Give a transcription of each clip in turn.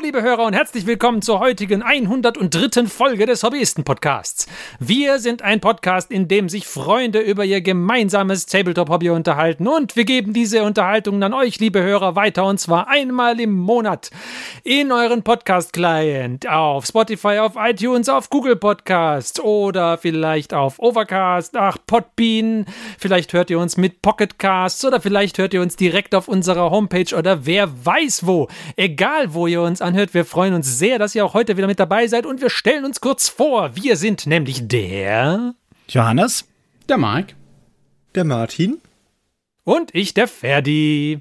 liebe Hörer, und herzlich willkommen zur heutigen 103. Folge des Hobbyisten-Podcasts. Wir sind ein Podcast, in dem sich Freunde über ihr gemeinsames Tabletop-Hobby unterhalten, und wir geben diese Unterhaltung an euch, liebe Hörer, weiter, und zwar einmal im Monat in euren Podcast-Client, auf Spotify, auf iTunes, auf Google Podcasts oder vielleicht auf Overcast, Podbean, vielleicht hört ihr uns mit Pocket Casts oder vielleicht hört ihr uns direkt auf unserer Homepage oder wer weiß wo. Egal, wo ihr uns anhört, wir freuen uns sehr, dass ihr auch heute wieder mit dabei seid, und wir stellen uns kurz vor. Wir sind nämlich der Johannes, der Mike, der Martin und ich, der Ferdi.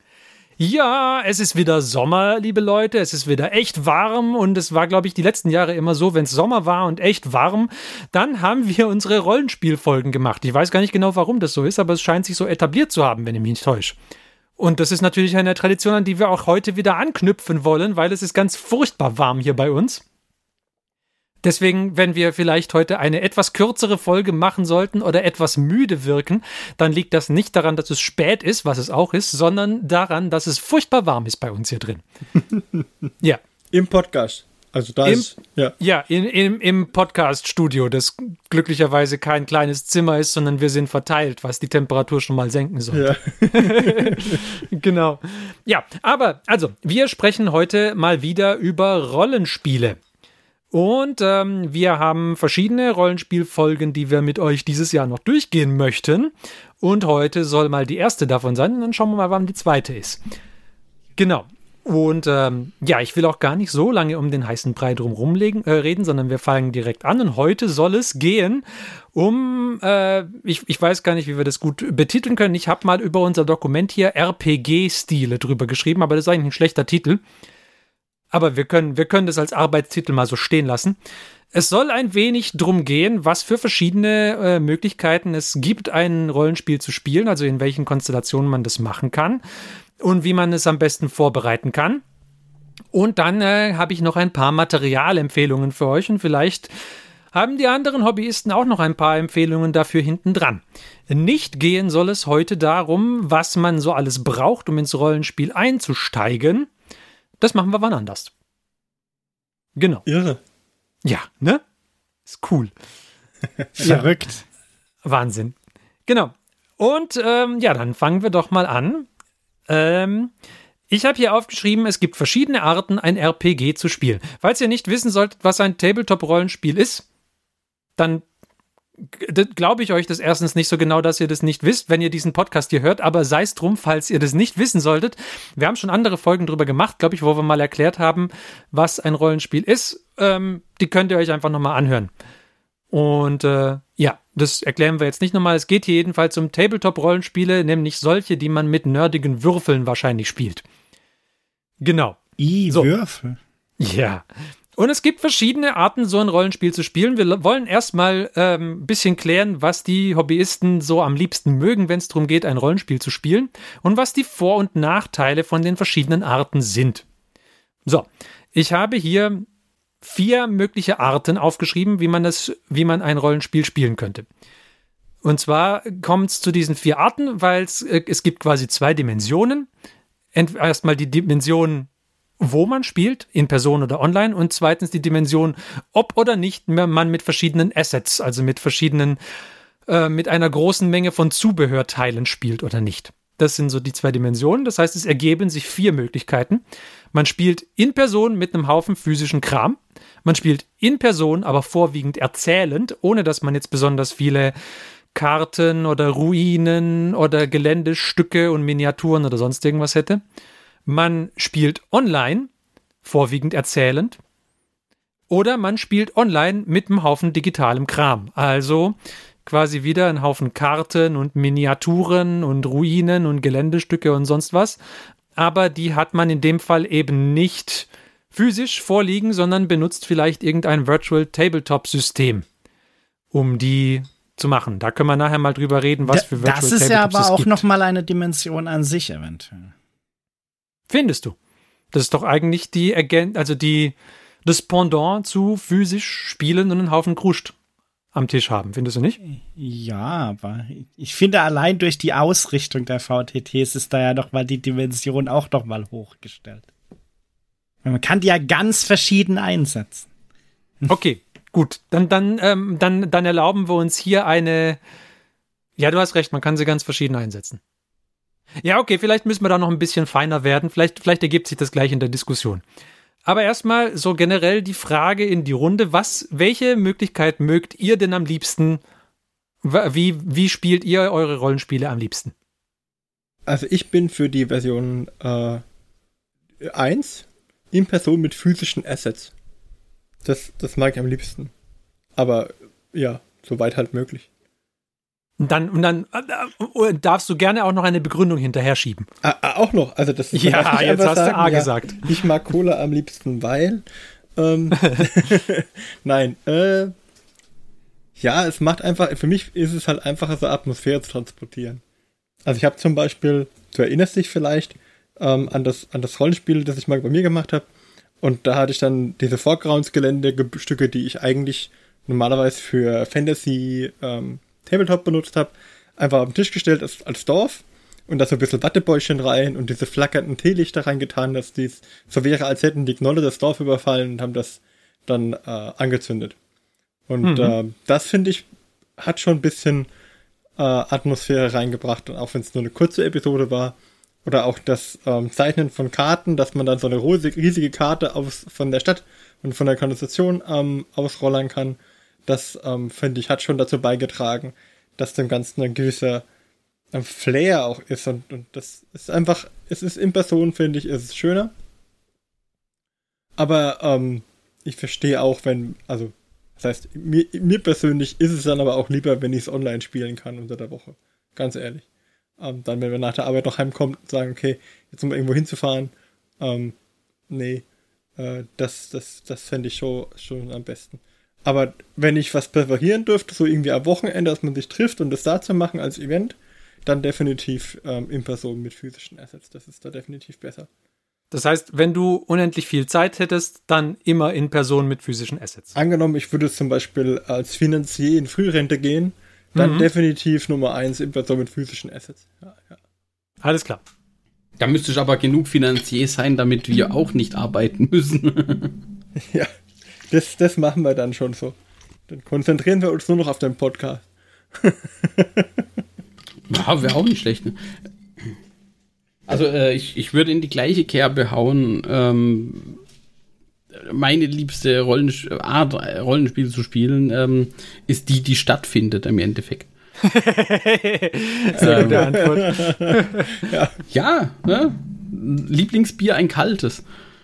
Ja, es ist wieder Sommer, liebe Leute, es ist wieder echt warm, und es war, glaube ich, die letzten Jahre immer so, wenn es Sommer war und echt warm, dann haben wir unsere Rollenspielfolgen gemacht. Ich weiß gar nicht genau, warum das so ist, aber es scheint sich so etabliert zu haben, wenn ich mich nicht täusche. Und das ist natürlich eine Tradition, an die wir auch heute wieder anknüpfen wollen, weil es ist ganz furchtbar warm hier bei uns. Deswegen, wenn wir vielleicht heute eine etwas kürzere Folge machen sollten oder etwas müde wirken, dann liegt das nicht daran, dass es spät ist, was es auch ist, sondern daran, dass es furchtbar warm ist bei uns hier drin. Ja. Im Podcast. Also da ist, ja. Ja, im Podcast-Studio, das glücklicherweise kein kleines Zimmer ist, sondern wir sind verteilt, was die Temperatur schon mal senken soll. Ja. Genau. Ja, aber, also, wir sprechen heute mal wieder über Rollenspiele. Und wir haben verschiedene Rollenspielfolgen, die wir mit euch dieses Jahr noch durchgehen möchten. Und heute soll mal die erste davon sein, und dann schauen wir mal, wann die zweite ist. Genau. Und ja, ich will auch gar nicht so lange um den heißen Brei drum reden, sondern wir fangen direkt an. Und heute soll es gehen um, ich weiß gar nicht, wie wir das gut betiteln können. Ich habe mal über unser Dokument hier RPG-Stile drüber geschrieben, aber das ist eigentlich ein schlechter Titel. Aber wir können das als Arbeitstitel mal so stehen lassen. Es soll ein wenig drum gehen, was für verschiedene Möglichkeiten es gibt, ein Rollenspiel zu spielen, also in welchen Konstellationen man das machen kann und wie man es am besten vorbereiten kann. Und dann habe ich noch ein paar Materialempfehlungen für euch, und vielleicht haben die anderen Hobbyisten auch noch ein paar Empfehlungen dafür hinten dran. Nicht gehen soll es heute darum, was man so alles braucht, um ins Rollenspiel einzusteigen. Das machen wir wann anders. Genau. Irre. Ja, ne? Ist cool. Verrückt. Ja. Wahnsinn. Genau. Und ja, dann fangen wir doch mal an. Ich habe hier aufgeschrieben, es gibt verschiedene Arten, ein RPG zu spielen. Falls ihr nicht wissen solltet, was ein Tabletop-Rollenspiel ist, dann glaube ich euch das erstens nicht so genau, dass ihr das nicht wisst, wenn ihr diesen Podcast hier hört, aber sei es drum, falls ihr das nicht wissen solltet. Wir haben schon andere Folgen drüber gemacht, glaube ich, wo wir mal erklärt haben, was ein Rollenspiel ist. Die könnt ihr euch einfach nochmal anhören. Und ja, das erklären wir jetzt nicht nochmal. Es geht hier jedenfalls um Tabletop-Rollenspiele, nämlich solche, die man mit nerdigen Würfeln wahrscheinlich spielt. Genau. Würfel? Ja. Und es gibt verschiedene Arten, so ein Rollenspiel zu spielen. Wir wollen erstmal ein bisschen klären, was die Hobbyisten so am liebsten mögen, wenn es darum geht, ein Rollenspiel zu spielen, und was die Vor- und Nachteile von den verschiedenen Arten sind. So, ich habe hier 4 mögliche Arten aufgeschrieben, wie man ein Rollenspiel spielen könnte. Und zwar kommt es zu diesen 4 Arten, weil es gibt quasi 2 Dimensionen. Erstmal die Dimension, wo man spielt, in Person oder online, und zweitens die Dimension, ob oder nicht man mit verschiedenen Assets, also mit einer großen Menge von Zubehörteilen spielt oder nicht. Das sind so die 2 Dimensionen, das heißt, es ergeben sich 4 Möglichkeiten. Man spielt in Person mit einem Haufen physischen Kram, man spielt in Person, aber vorwiegend erzählend, ohne dass man jetzt besonders viele Karten oder Ruinen oder Geländestücke und Miniaturen oder sonst irgendwas hätte. Man spielt online, vorwiegend erzählend, oder man spielt online mit einem Haufen digitalem Kram. Also quasi wieder ein Haufen Karten und Miniaturen und Ruinen und Geländestücke und sonst was. Aber die hat man in dem Fall eben nicht physisch vorliegen, sondern benutzt vielleicht irgendein Virtual Tabletop-System, um die zu machen. Da können wir nachher mal drüber reden, was für Virtual Tabletops es gibt. Das ist ja aber auch nochmal eine Dimension an sich eventuell. Findest du? Das ist doch eigentlich das Pendant zu physisch spielen und einen Haufen Kruscht am Tisch haben, findest du nicht? Ja, aber ich finde, allein durch die Ausrichtung der VTTs ist da ja noch mal die Dimension auch noch mal hochgestellt. Man kann die ja ganz verschieden einsetzen. Okay, gut. Dann erlauben wir uns hier eine. Ja, du hast recht, man kann sie ganz verschieden einsetzen. Ja, okay, vielleicht müssen wir da noch ein bisschen feiner werden. Vielleicht ergibt sich das gleich in der Diskussion. Aber erstmal so generell die Frage in die Runde: welche Möglichkeit mögt ihr denn am liebsten? Wie spielt ihr eure Rollenspiele am liebsten? Also ich bin für die Version 1 in Person mit physischen Assets. Das mag ich am liebsten. Aber ja, soweit halt möglich. Und dann darfst du gerne auch noch eine Begründung hinterher schieben. Auch noch? Also das ist ja, jetzt hast du A gesagt. Ich mag Cola am liebsten, weil nein, ja, es macht einfach, für mich ist es halt einfacher, so Atmosphäre zu transportieren. Also ich habe zum Beispiel, du erinnerst dich vielleicht an das Rollenspiel, das ich mal bei mir gemacht habe, und da hatte ich dann diese Foregrounds-Geländestücke, die ich eigentlich normalerweise für Fantasy Tabletop benutzt habe, einfach auf den Tisch gestellt als Dorf und da so ein bisschen Wattebäuschen rein und diese flackernden Teelichter reingetan, dass dies so wäre, als hätten die Gnolle das Dorf überfallen und haben das dann angezündet. Und das, finde ich, hat schon ein bisschen Atmosphäre reingebracht, und auch wenn es nur eine kurze Episode war. Oder auch das Zeichnen von Karten, dass man dann so eine riesige Karte von der Stadt und von der Konversation ausrollern kann. Das, finde ich, hat schon dazu beigetragen, dass dem Ganzen ein gewisser Flair auch ist. Und das ist einfach, es ist in Person, finde ich, ist es schöner. Aber ich verstehe auch, das heißt, mir persönlich ist es dann aber auch lieber, wenn ich es online spielen kann unter der Woche. Ganz ehrlich. Dann, wenn wir nach der Arbeit noch heimkommen und sagen, okay, jetzt um irgendwo hinzufahren, das fände ich schon am besten. Aber wenn ich was präferieren dürfte, so irgendwie am Wochenende, dass man sich trifft und das da zu machen als Event, dann definitiv in Person mit physischen Assets. Das ist da definitiv besser. Das heißt, wenn du unendlich viel Zeit hättest, dann immer in Person mit physischen Assets. Angenommen, ich würde zum Beispiel als Finanzier in Frührente gehen, dann definitiv Nummer 1 in Person mit physischen Assets. Ja. Alles klar. Da müsste ich aber genug Finanzier sein, damit wir auch nicht arbeiten müssen. Ja, das machen wir dann schon so. Dann konzentrieren wir uns nur noch auf den Podcast. Ja, wäre auch nicht schlecht, ne? Also ich würde in die gleiche Kerbe hauen. Meine liebste Art, Rollenspiel zu spielen, ist die stattfindet im Endeffekt. Sehr gute Antwort. Ja, ne? Lieblingsbier ein kaltes.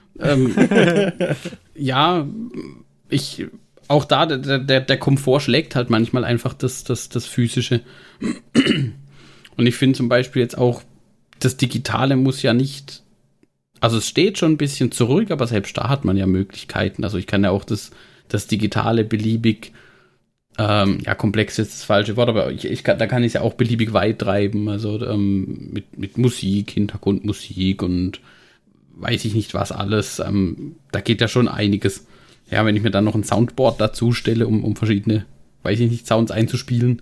Ja, auch da, der Komfort schlägt halt manchmal einfach das Physische. Und ich finde zum Beispiel jetzt auch, das Digitale muss ja nicht, also es steht schon ein bisschen zurück, aber selbst da hat man ja Möglichkeiten. Also ich kann ja auch das Digitale beliebig, komplex ist das falsche Wort, aber da kann ich es ja auch beliebig weit treiben. Also mit Musik, Hintergrundmusik und weiß ich nicht was alles. Da geht ja schon einiges. Ja, wenn ich mir dann noch ein Soundboard dazu stelle, um verschiedene, weiß ich nicht, Sounds einzuspielen.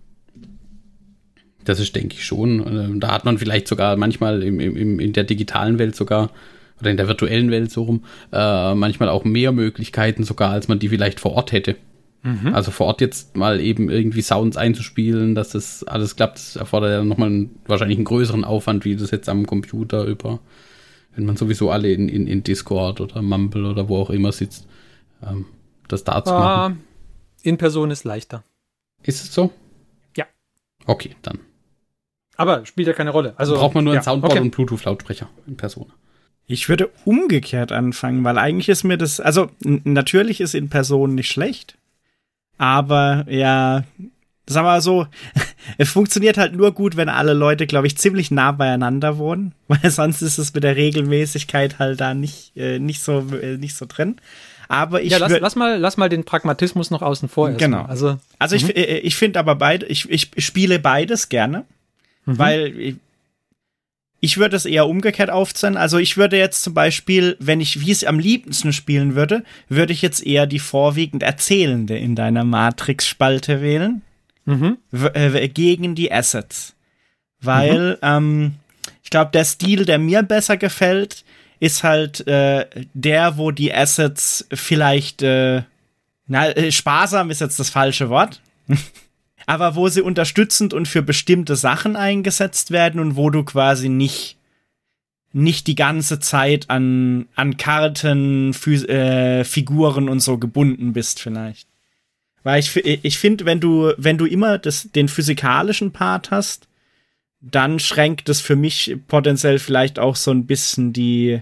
Das ist, denke ich, schon. Da hat man vielleicht sogar manchmal in der digitalen Welt sogar, oder in der virtuellen Welt so rum, manchmal auch mehr Möglichkeiten sogar, als man die vielleicht vor Ort hätte. Mhm. Also vor Ort jetzt mal eben irgendwie Sounds einzuspielen, dass das alles klappt, das erfordert ja nochmal wahrscheinlich einen größeren Aufwand, wie das jetzt am Computer wenn man sowieso alle in Discord oder Mumble oder wo auch immer sitzt, das da zu machen. In Person ist leichter. Ist es so? Ja. Okay, dann. Aber spielt ja keine Rolle. Also braucht man nur ein Soundboard und Bluetooth-Lautsprecher in Person. Ich würde umgekehrt anfangen, weil eigentlich ist mir das, also natürlich ist in Person nicht schlecht, aber ja, sagen wir mal so, es funktioniert halt nur gut, wenn alle Leute, glaube ich, ziemlich nah beieinander wohnen, weil sonst ist es mit der Regelmäßigkeit halt da nicht so drin. Aber ich lass mal den Pragmatismus noch außen vor. Genau. Also ich finde aber ich spiele beides gerne, weil ich würde es eher umgekehrt aufzählen. Also ich würde jetzt zum Beispiel, wie ich es am liebsten spielen würde ich jetzt eher die vorwiegend Erzählende in deiner Matrix-Spalte wählen. Gegen die Assets. Weil ich glaube, der Stil, der mir besser gefällt, ist halt der, wo die Assets vielleicht, sparsam ist jetzt das falsche Wort, aber wo sie unterstützend und für bestimmte Sachen eingesetzt werden und wo du quasi nicht die ganze Zeit an Karten, Figuren und so gebunden bist vielleicht. Weil ich finde, wenn du immer den physikalischen Part hast, dann schränkt es für mich potenziell vielleicht auch so ein bisschen die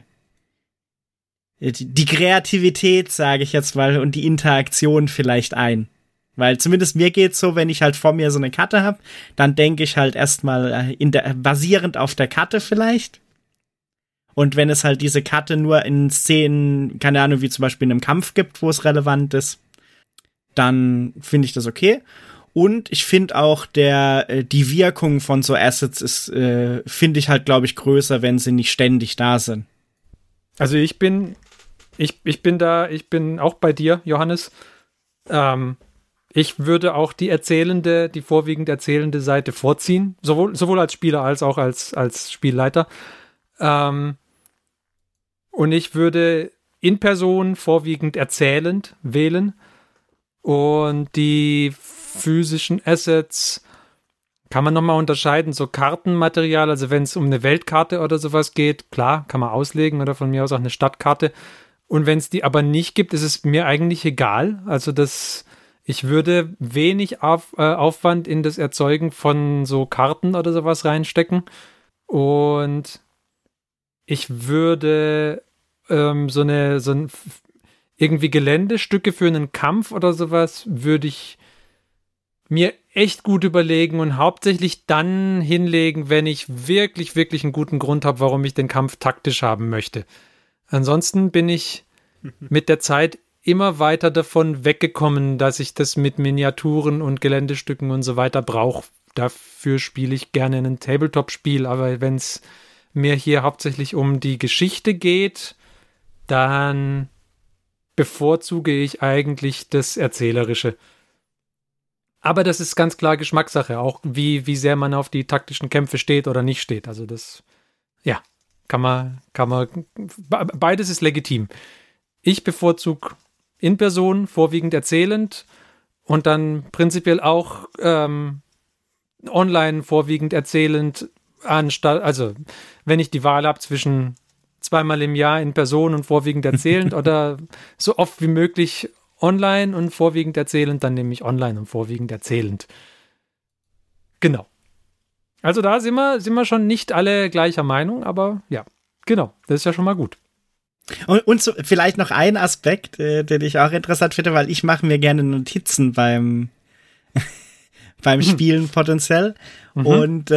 Kreativität, sage ich jetzt mal, und die Interaktion vielleicht ein. Weil zumindest mir geht's so, wenn ich halt vor mir so eine Karte habe, dann denke ich halt erstmal basierend auf der Karte vielleicht. Und wenn es halt diese Karte nur in Szenen, keine Ahnung, wie zum Beispiel in einem Kampf gibt, wo es relevant ist, dann finde ich das okay. Und ich finde auch die Wirkung von so Assets ist, finde ich halt, glaube ich, größer, wenn sie nicht ständig da sind. Also ich bin auch bei dir, Johannes. Ich würde auch die vorwiegend erzählende Seite vorziehen, sowohl als Spieler als auch als Spielleiter. Und ich würde in Person vorwiegend erzählend wählen. Und die physischen Assets kann man nochmal unterscheiden, so Kartenmaterial, also wenn es um eine Weltkarte oder sowas geht, klar, kann man auslegen oder von mir aus auch eine Stadtkarte. Und wenn es die aber nicht gibt, ist es mir eigentlich egal. Also ich würde wenig Aufwand in das Erzeugen von so Karten oder sowas reinstecken. Und ich würde irgendwie Geländestücke für einen Kampf oder sowas würde ich mir echt gut überlegen und hauptsächlich dann hinlegen, wenn ich wirklich, wirklich einen guten Grund habe, warum ich den Kampf taktisch haben möchte. Ansonsten bin ich mit der Zeit immer weiter davon weggekommen, dass ich das mit Miniaturen und Geländestücken und so weiter brauche. Dafür spiele ich gerne ein Tabletop-Spiel, aber wenn es mir hier hauptsächlich um die Geschichte geht, dann bevorzuge ich eigentlich das Erzählerische. Aber das ist ganz klar Geschmackssache, auch wie sehr man auf die taktischen Kämpfe steht oder nicht steht. Also das, ja, kann man, beides ist legitim. Ich bevorzuge in Person, vorwiegend erzählend und dann prinzipiell auch online vorwiegend erzählend, also wenn ich die Wahl habe zwischen zweimal im Jahr in Person und vorwiegend erzählend oder so oft wie möglich online und vorwiegend erzählend, dann nehme ich online und vorwiegend erzählend. Genau. Also da sind wir schon nicht alle gleicher Meinung, aber ja, genau, das ist ja schon mal gut. Und so, vielleicht noch ein Aspekt, den ich auch interessant finde, weil ich mache mir gerne Notizen beim Spielen potenziell. Und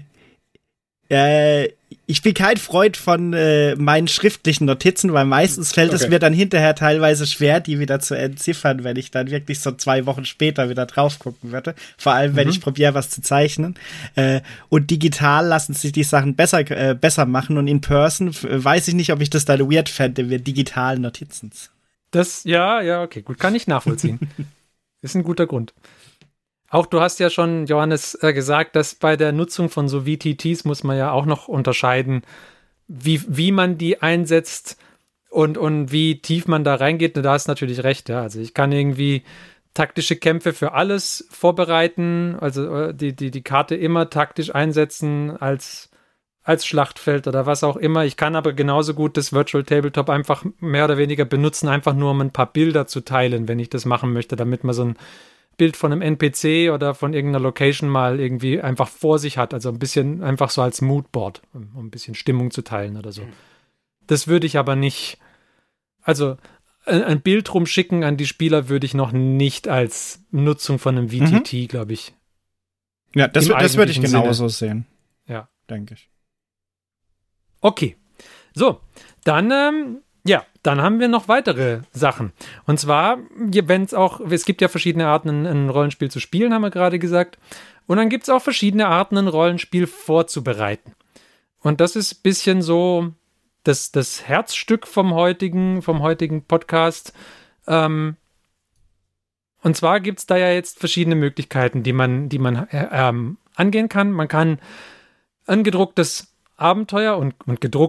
ich bin kein Freund von meinen schriftlichen Notizen, weil meistens fällt es mir dann hinterher teilweise schwer, die wieder zu entziffern, wenn ich dann wirklich so 2 Wochen später wieder drauf gucken würde. Vor allem, wenn ich probiere, was zu zeichnen. Und digital lassen sich die Sachen besser machen und in Person weiß ich nicht, ob ich das dann weird fände, mit digitalen Notizen. Das, ja, okay, gut, kann ich nachvollziehen. Ist ein guter Grund. Auch du hast ja schon, Johannes, gesagt, dass bei der Nutzung von so VTTs muss man ja auch noch unterscheiden, wie man die einsetzt und wie tief man da reingeht. Da hast du natürlich recht, ja. Also ich kann irgendwie taktische Kämpfe für alles vorbereiten, also die Karte immer taktisch einsetzen als Schlachtfeld oder was auch immer. Ich kann aber genauso gut das Virtual Tabletop einfach mehr oder weniger benutzen, einfach nur um ein paar Bilder zu teilen, wenn ich das machen möchte, damit man so ein Bild von einem NPC oder von irgendeiner Location mal irgendwie einfach vor sich hat, also ein bisschen einfach so als Moodboard, um ein bisschen Stimmung zu teilen oder so. Das würde ich aber nicht, also ein Bild rumschicken an die Spieler würde ich noch nicht als Nutzung von einem VTT, glaube ich. Ja, das würde ich genauso sehen. Ja. Denke ich. Okay. So, dann haben wir noch weitere Sachen. Und zwar, es gibt ja verschiedene Arten, ein Rollenspiel zu spielen, haben wir gerade gesagt. Und dann gibt es auch verschiedene Arten, ein Rollenspiel vorzubereiten. Und das ist ein bisschen so das Herzstück vom heutigen Podcast. Und zwar gibt es da ja jetzt verschiedene Möglichkeiten, die man angehen kann. Man kann ein gedrucktes Abenteuer und gedruckt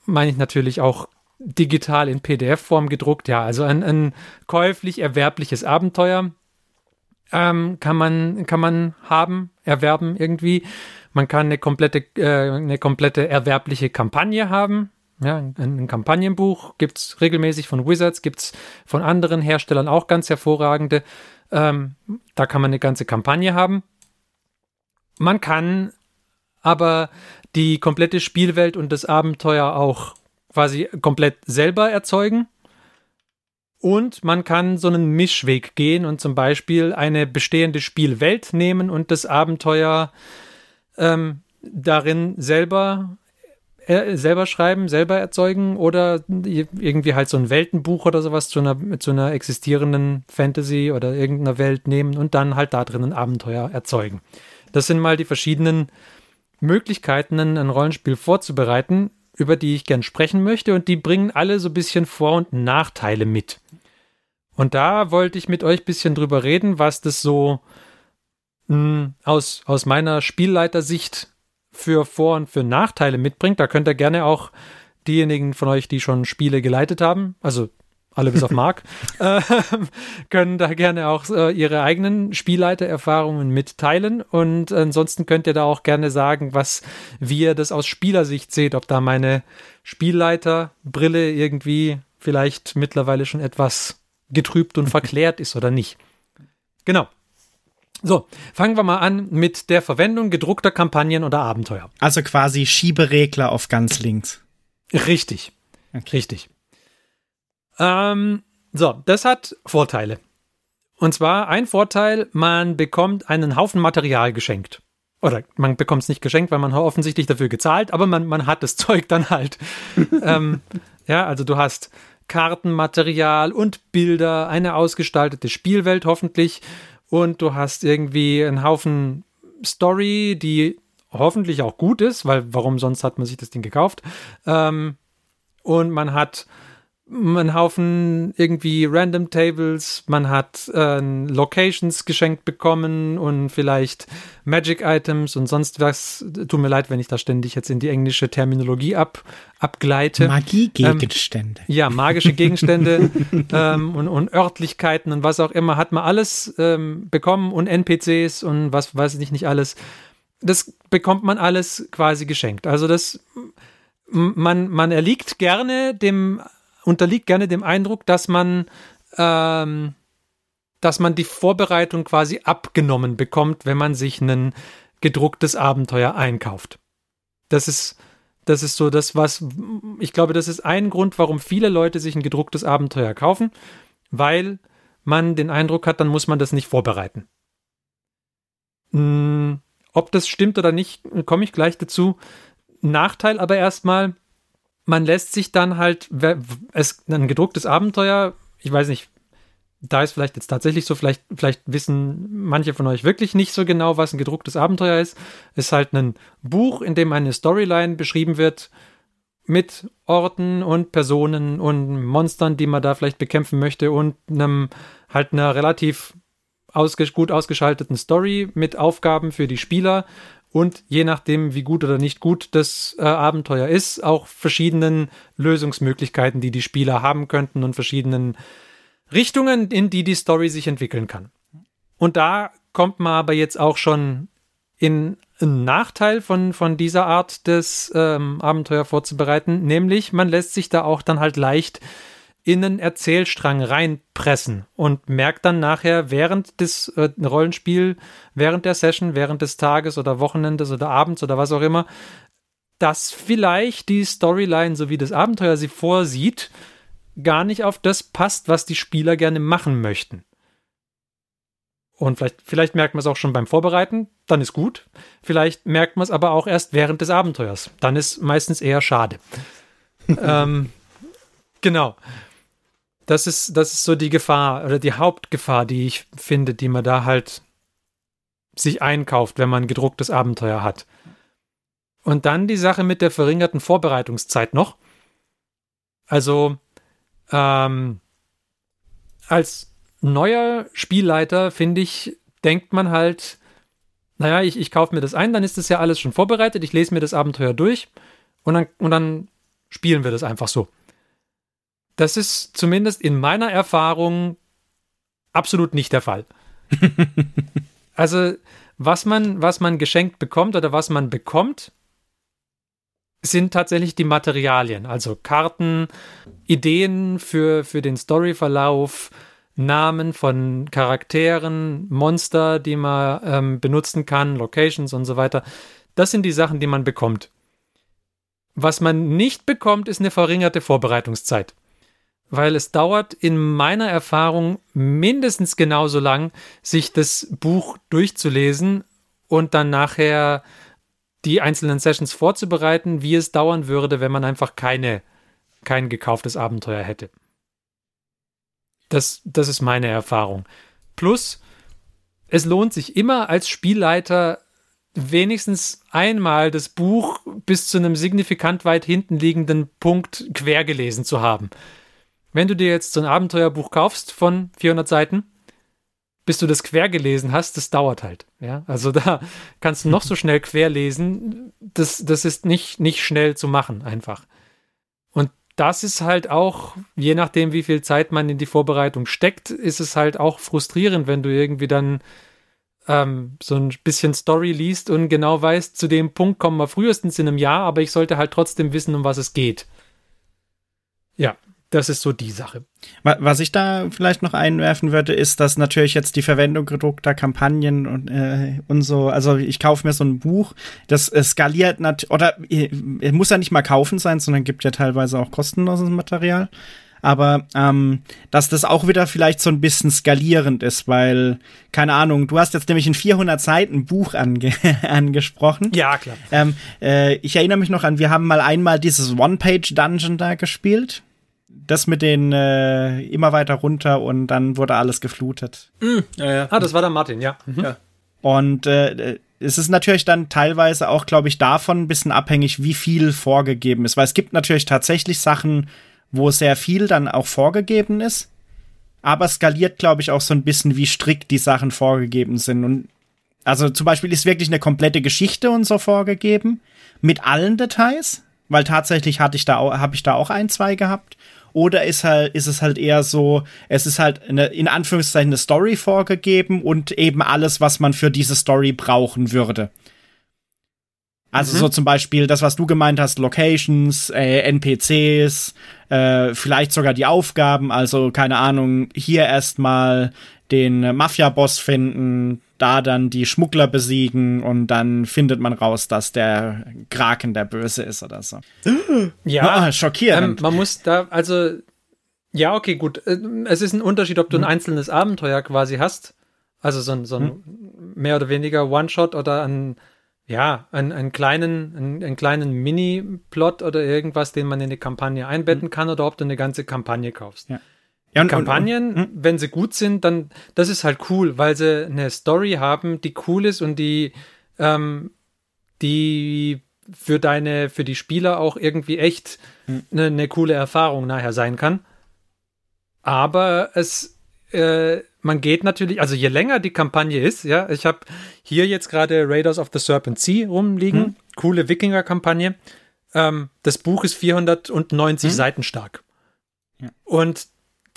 meine ich natürlich auch digital in PDF-Form gedruckt. Ja, also ein käuflich erwerbliches Abenteuer kann man erwerben irgendwie. Man kann eine komplette erwerbliche Kampagne haben. Ja, ein Kampagnenbuch gibt es regelmäßig von Wizards, gibt es von anderen Herstellern auch ganz hervorragende. Da kann man eine ganze Kampagne haben. Man kann aber die komplette Spielwelt und das Abenteuer auch quasi komplett selber erzeugen. Und man kann so einen Mischweg gehen und zum Beispiel eine bestehende Spielwelt nehmen und das Abenteuer darin selber schreiben, selber erzeugen oder irgendwie halt so ein Weltenbuch oder sowas zu einer existierenden Fantasy oder irgendeiner Welt nehmen und dann halt da drin ein Abenteuer erzeugen. Das sind mal die verschiedenen Möglichkeiten, ein Rollenspiel vorzubereiten, über die ich gern sprechen möchte, und die bringen alle so ein bisschen Vor- und Nachteile mit. Und da wollte ich mit euch ein bisschen drüber reden, was das so aus meiner Spielleitersicht für Vor- und für Nachteile mitbringt. Da könnt ihr gerne auch diejenigen von euch, die schon Spiele geleitet haben, also alle bis auf Marc, können da gerne auch ihre eigenen Spielleitererfahrungen mitteilen. Und ansonsten könnt ihr da auch gerne sagen, wie ihr das aus Spielersicht seht, ob da meine Spielleiterbrille irgendwie vielleicht mittlerweile schon etwas getrübt und verklärt ist oder nicht. Genau. So, fangen wir mal an mit der Verwendung gedruckter Kampagnen oder Abenteuer. Also quasi Schieberegler auf ganz links. Richtig. Okay. Richtig. So, das hat Vorteile. Und zwar ein Vorteil, man bekommt einen Haufen Material geschenkt. Oder man bekommt es nicht geschenkt, weil man offensichtlich dafür gezahlt, aber man hat das Zeug dann halt. Ja, also du hast Kartenmaterial und Bilder, eine ausgestaltete Spielwelt hoffentlich, und du hast irgendwie einen Haufen Story, die hoffentlich auch gut ist, weil warum sonst hat man sich das Ding gekauft? Und man hat einen Haufen irgendwie Random Tables, man hat Locations geschenkt bekommen und vielleicht Magic Items und sonst was. Tut mir leid, wenn ich da ständig jetzt in die englische Terminologie abgleite. Magiegegenstände. Ja, magische Gegenstände und Örtlichkeiten und was auch immer hat man alles bekommen, und NPCs und was weiß ich nicht alles. Das bekommt man alles quasi geschenkt. Also man unterliegt gerne dem Eindruck, dass man die Vorbereitung quasi abgenommen bekommt, wenn man sich ein gedrucktes Abenteuer einkauft. Das ist so das, was ich glaube, das ist ein Grund, warum viele Leute sich ein gedrucktes Abenteuer kaufen, weil man den Eindruck hat, dann muss man das nicht vorbereiten. Ob das stimmt oder nicht, komme ich gleich dazu. Nachteil aber erstmal, man lässt sich dann halt, ein gedrucktes Abenteuer, ich weiß nicht, da ist vielleicht jetzt tatsächlich so, vielleicht wissen manche von euch wirklich nicht so genau, was ein gedrucktes Abenteuer ist. Es ist halt ein Buch, in dem eine Storyline beschrieben wird mit Orten und Personen und Monstern, die man da vielleicht bekämpfen möchte, und einer relativ gut ausgeschalteten Story mit Aufgaben für die Spieler. Und je nachdem, wie gut oder nicht gut das Abenteuer ist, auch verschiedenen Lösungsmöglichkeiten, die die Spieler haben könnten, und verschiedenen Richtungen, in die die Story sich entwickeln kann. Und da kommt man aber jetzt auch schon in einen Nachteil von dieser Art des Abenteuer vorzubereiten, nämlich man lässt sich da auch dann halt leicht in einen Erzählstrang reinpressen und merkt dann nachher während des Rollenspiel, während der Session, während des Tages oder Wochenendes oder Abends oder was auch immer, dass vielleicht die Storyline, so wie das Abenteuer sie vorsieht, gar nicht auf das passt, was die Spieler gerne machen möchten. Und vielleicht merkt man es auch schon beim Vorbereiten, dann ist gut. Vielleicht merkt man es aber auch erst während des Abenteuers. Dann ist meistens eher schade. Genau. Das ist so die Gefahr oder die Hauptgefahr, die ich finde, die man da halt sich einkauft, wenn man ein gedrucktes Abenteuer hat. Und dann die Sache mit der verringerten Vorbereitungszeit noch. Also als neuer Spielleiter, finde ich, denkt man halt, naja, ich kaufe mir das ein, dann ist das ja alles schon vorbereitet, ich lese mir das Abenteuer durch und dann spielen wir das einfach so. Das ist zumindest in meiner Erfahrung absolut nicht der Fall. Also, was man geschenkt bekommt oder was man bekommt, sind tatsächlich die Materialien, also Karten, Ideen für den Storyverlauf, Namen von Charakteren, Monster, die man benutzen kann, Locations und so weiter. Das sind die Sachen, die man bekommt. Was man nicht bekommt, ist eine verringerte Vorbereitungszeit. Weil es dauert in meiner Erfahrung mindestens genauso lang, sich das Buch durchzulesen und dann nachher die einzelnen Sessions vorzubereiten, wie es dauern würde, wenn man einfach kein gekauftes Abenteuer hätte. Das ist meine Erfahrung. Plus, es lohnt sich immer als Spielleiter wenigstens einmal das Buch bis zu einem signifikant weit hinten liegenden Punkt quer gelesen zu haben. Wenn du dir jetzt so ein Abenteuerbuch kaufst von 400 Seiten, bis du das quer gelesen hast, das dauert halt. Ja? Also da kannst du noch so schnell quer lesen, das ist nicht schnell zu machen einfach. Und das ist halt auch, je nachdem wie viel Zeit man in die Vorbereitung steckt, ist es halt auch frustrierend, wenn du irgendwie dann so ein bisschen Story liest und genau weißt, zu dem Punkt kommen wir frühestens in einem Jahr, aber ich sollte halt trotzdem wissen, um was es geht. Ja. Das ist so die Sache. Was ich da vielleicht noch einwerfen würde, ist, dass natürlich jetzt die Verwendung gedruckter Kampagnen und so, also ich kaufe mir so ein Buch, das skaliert oder muss ja nicht mal kaufen sein, sondern gibt ja teilweise auch kostenloses Material. Aber dass das auch wieder vielleicht so ein bisschen skalierend ist, weil, keine Ahnung, du hast jetzt nämlich ein 400 Seiten Buch angesprochen. Ja, klar. Ich erinnere mich noch an, wir haben einmal dieses One-Page-Dungeon da gespielt. Das mit den immer weiter runter und dann wurde alles geflutet. Ja. Ah, das war der Martin, ja. Ja. Und es ist natürlich dann teilweise auch, glaube ich, davon ein bisschen abhängig, wie viel vorgegeben ist. Weil es gibt natürlich tatsächlich Sachen, wo sehr viel dann auch vorgegeben ist. Aber es skaliert, glaube ich, auch so ein bisschen, wie strikt die Sachen vorgegeben sind. Und also zum Beispiel ist wirklich eine komplette Geschichte und so vorgegeben. Mit allen Details. Weil tatsächlich habe ich da auch 1, 2 gehabt. Oder ist es halt eher so, es ist halt in Anführungszeichen eine Story vorgegeben und eben alles, was man für diese Story brauchen würde. Also so zum Beispiel das, was du gemeint hast, Locations, NPCs, vielleicht sogar die Aufgaben, also keine Ahnung, hier erstmal den Mafia-Boss finden, da dann die Schmuggler besiegen und dann findet man raus, dass der Kraken der Böse ist oder so. Ja, schockierend. Man muss da, also, ja, okay, gut. Es ist ein Unterschied, ob du ein einzelnes Abenteuer quasi hast, also so ein mehr oder weniger One-Shot oder einen kleinen Mini-Plot oder irgendwas, den man in eine Kampagne einbetten kann, oder ob du eine ganze Kampagne kaufst. Ja. Kampagnen, wenn sie gut sind, dann, das ist halt cool, weil sie eine Story haben, die cool ist und die für die Spieler auch irgendwie echt eine coole Erfahrung nachher sein kann. Aber man geht natürlich, also je länger die Kampagne ist, ja, ich habe hier jetzt gerade Raiders of the Serpent Sea rumliegen, coole Wikinger-Kampagne. Das Buch ist 490 Seiten stark. Ja. Und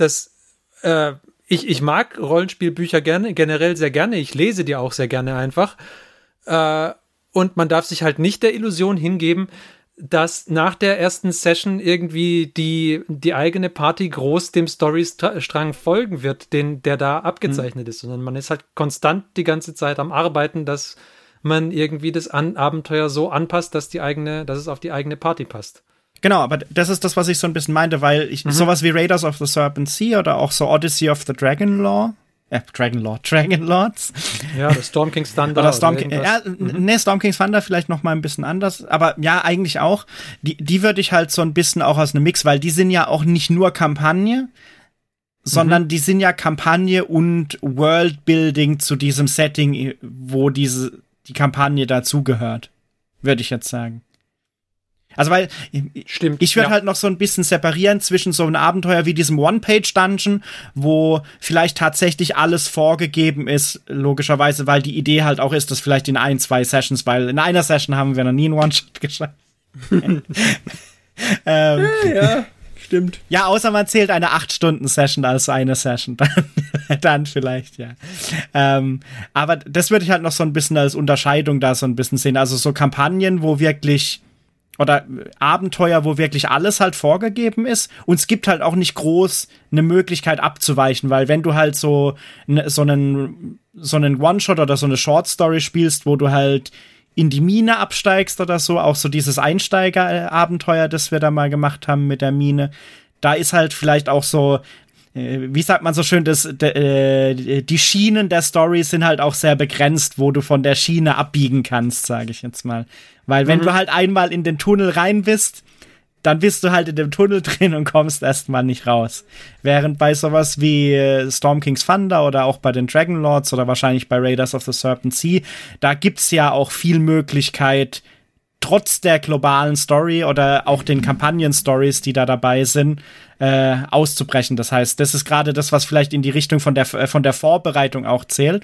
ich mag Rollenspielbücher generell sehr gerne. Ich lese die auch sehr gerne einfach. Und man darf sich halt nicht der Illusion hingeben, dass nach der ersten Session irgendwie die eigene Party groß dem Storystrang folgen wird, der da abgezeichnet ist, sondern man ist halt konstant die ganze Zeit am Arbeiten, dass man irgendwie das Abenteuer so anpasst, dass es auf die eigene Party passt. Genau, aber das ist das, was ich so ein bisschen meinte, weil sowas wie Raiders of the Serpent Sea oder auch so Odyssey of the Dragonlords. Ja, oder Storm King's Thunder. Oder Storm King's Thunder vielleicht noch mal ein bisschen anders, aber ja, eigentlich auch. Die würde ich halt so ein bisschen auch aus einem Mix, weil die sind ja auch nicht nur Kampagne, sondern die sind ja Kampagne und Worldbuilding zu diesem Setting, wo die Kampagne dazugehört, würde ich jetzt sagen. Also weil, stimmt, ich würde halt noch so ein bisschen separieren zwischen so einem Abenteuer wie diesem One-Page-Dungeon, wo vielleicht tatsächlich alles vorgegeben ist, logischerweise, weil die Idee halt auch ist, dass vielleicht in 1, 2 Sessions, weil in einer Session haben wir noch nie einen One-Shot geschafft. Ja, stimmt. Ja, außer man zählt eine 8-Stunden-Session als eine Session, dann vielleicht, ja. Aber das würde ich halt noch so ein bisschen als Unterscheidung da so ein bisschen sehen. Also so Kampagnen, wo wirklich, oder Abenteuer, wo wirklich alles halt vorgegeben ist. Und es gibt halt auch nicht groß eine Möglichkeit abzuweichen, weil wenn du halt so einen One-Shot oder so eine Short-Story spielst, wo du halt in die Mine absteigst oder so, auch so dieses Einsteiger-Abenteuer, das wir da mal gemacht haben mit der Mine, da ist halt vielleicht auch so, wie sagt man so schön, die Schienen der Story sind halt auch sehr begrenzt, wo du von der Schiene abbiegen kannst, sage ich jetzt mal. Weil wenn du halt einmal in den Tunnel rein bist, dann bist du halt in dem Tunnel drin und kommst erstmal nicht raus. Während bei sowas wie Storm King's Thunder oder auch bei den Dragon Lords oder wahrscheinlich bei Raiders of the Serpent Sea, da gibt's ja auch viel Möglichkeit, trotz der globalen Story oder auch den Kampagnen-Stories, die da dabei sind, auszubrechen. Das heißt, das ist gerade das, was vielleicht in die Richtung von der Vorbereitung auch zählt.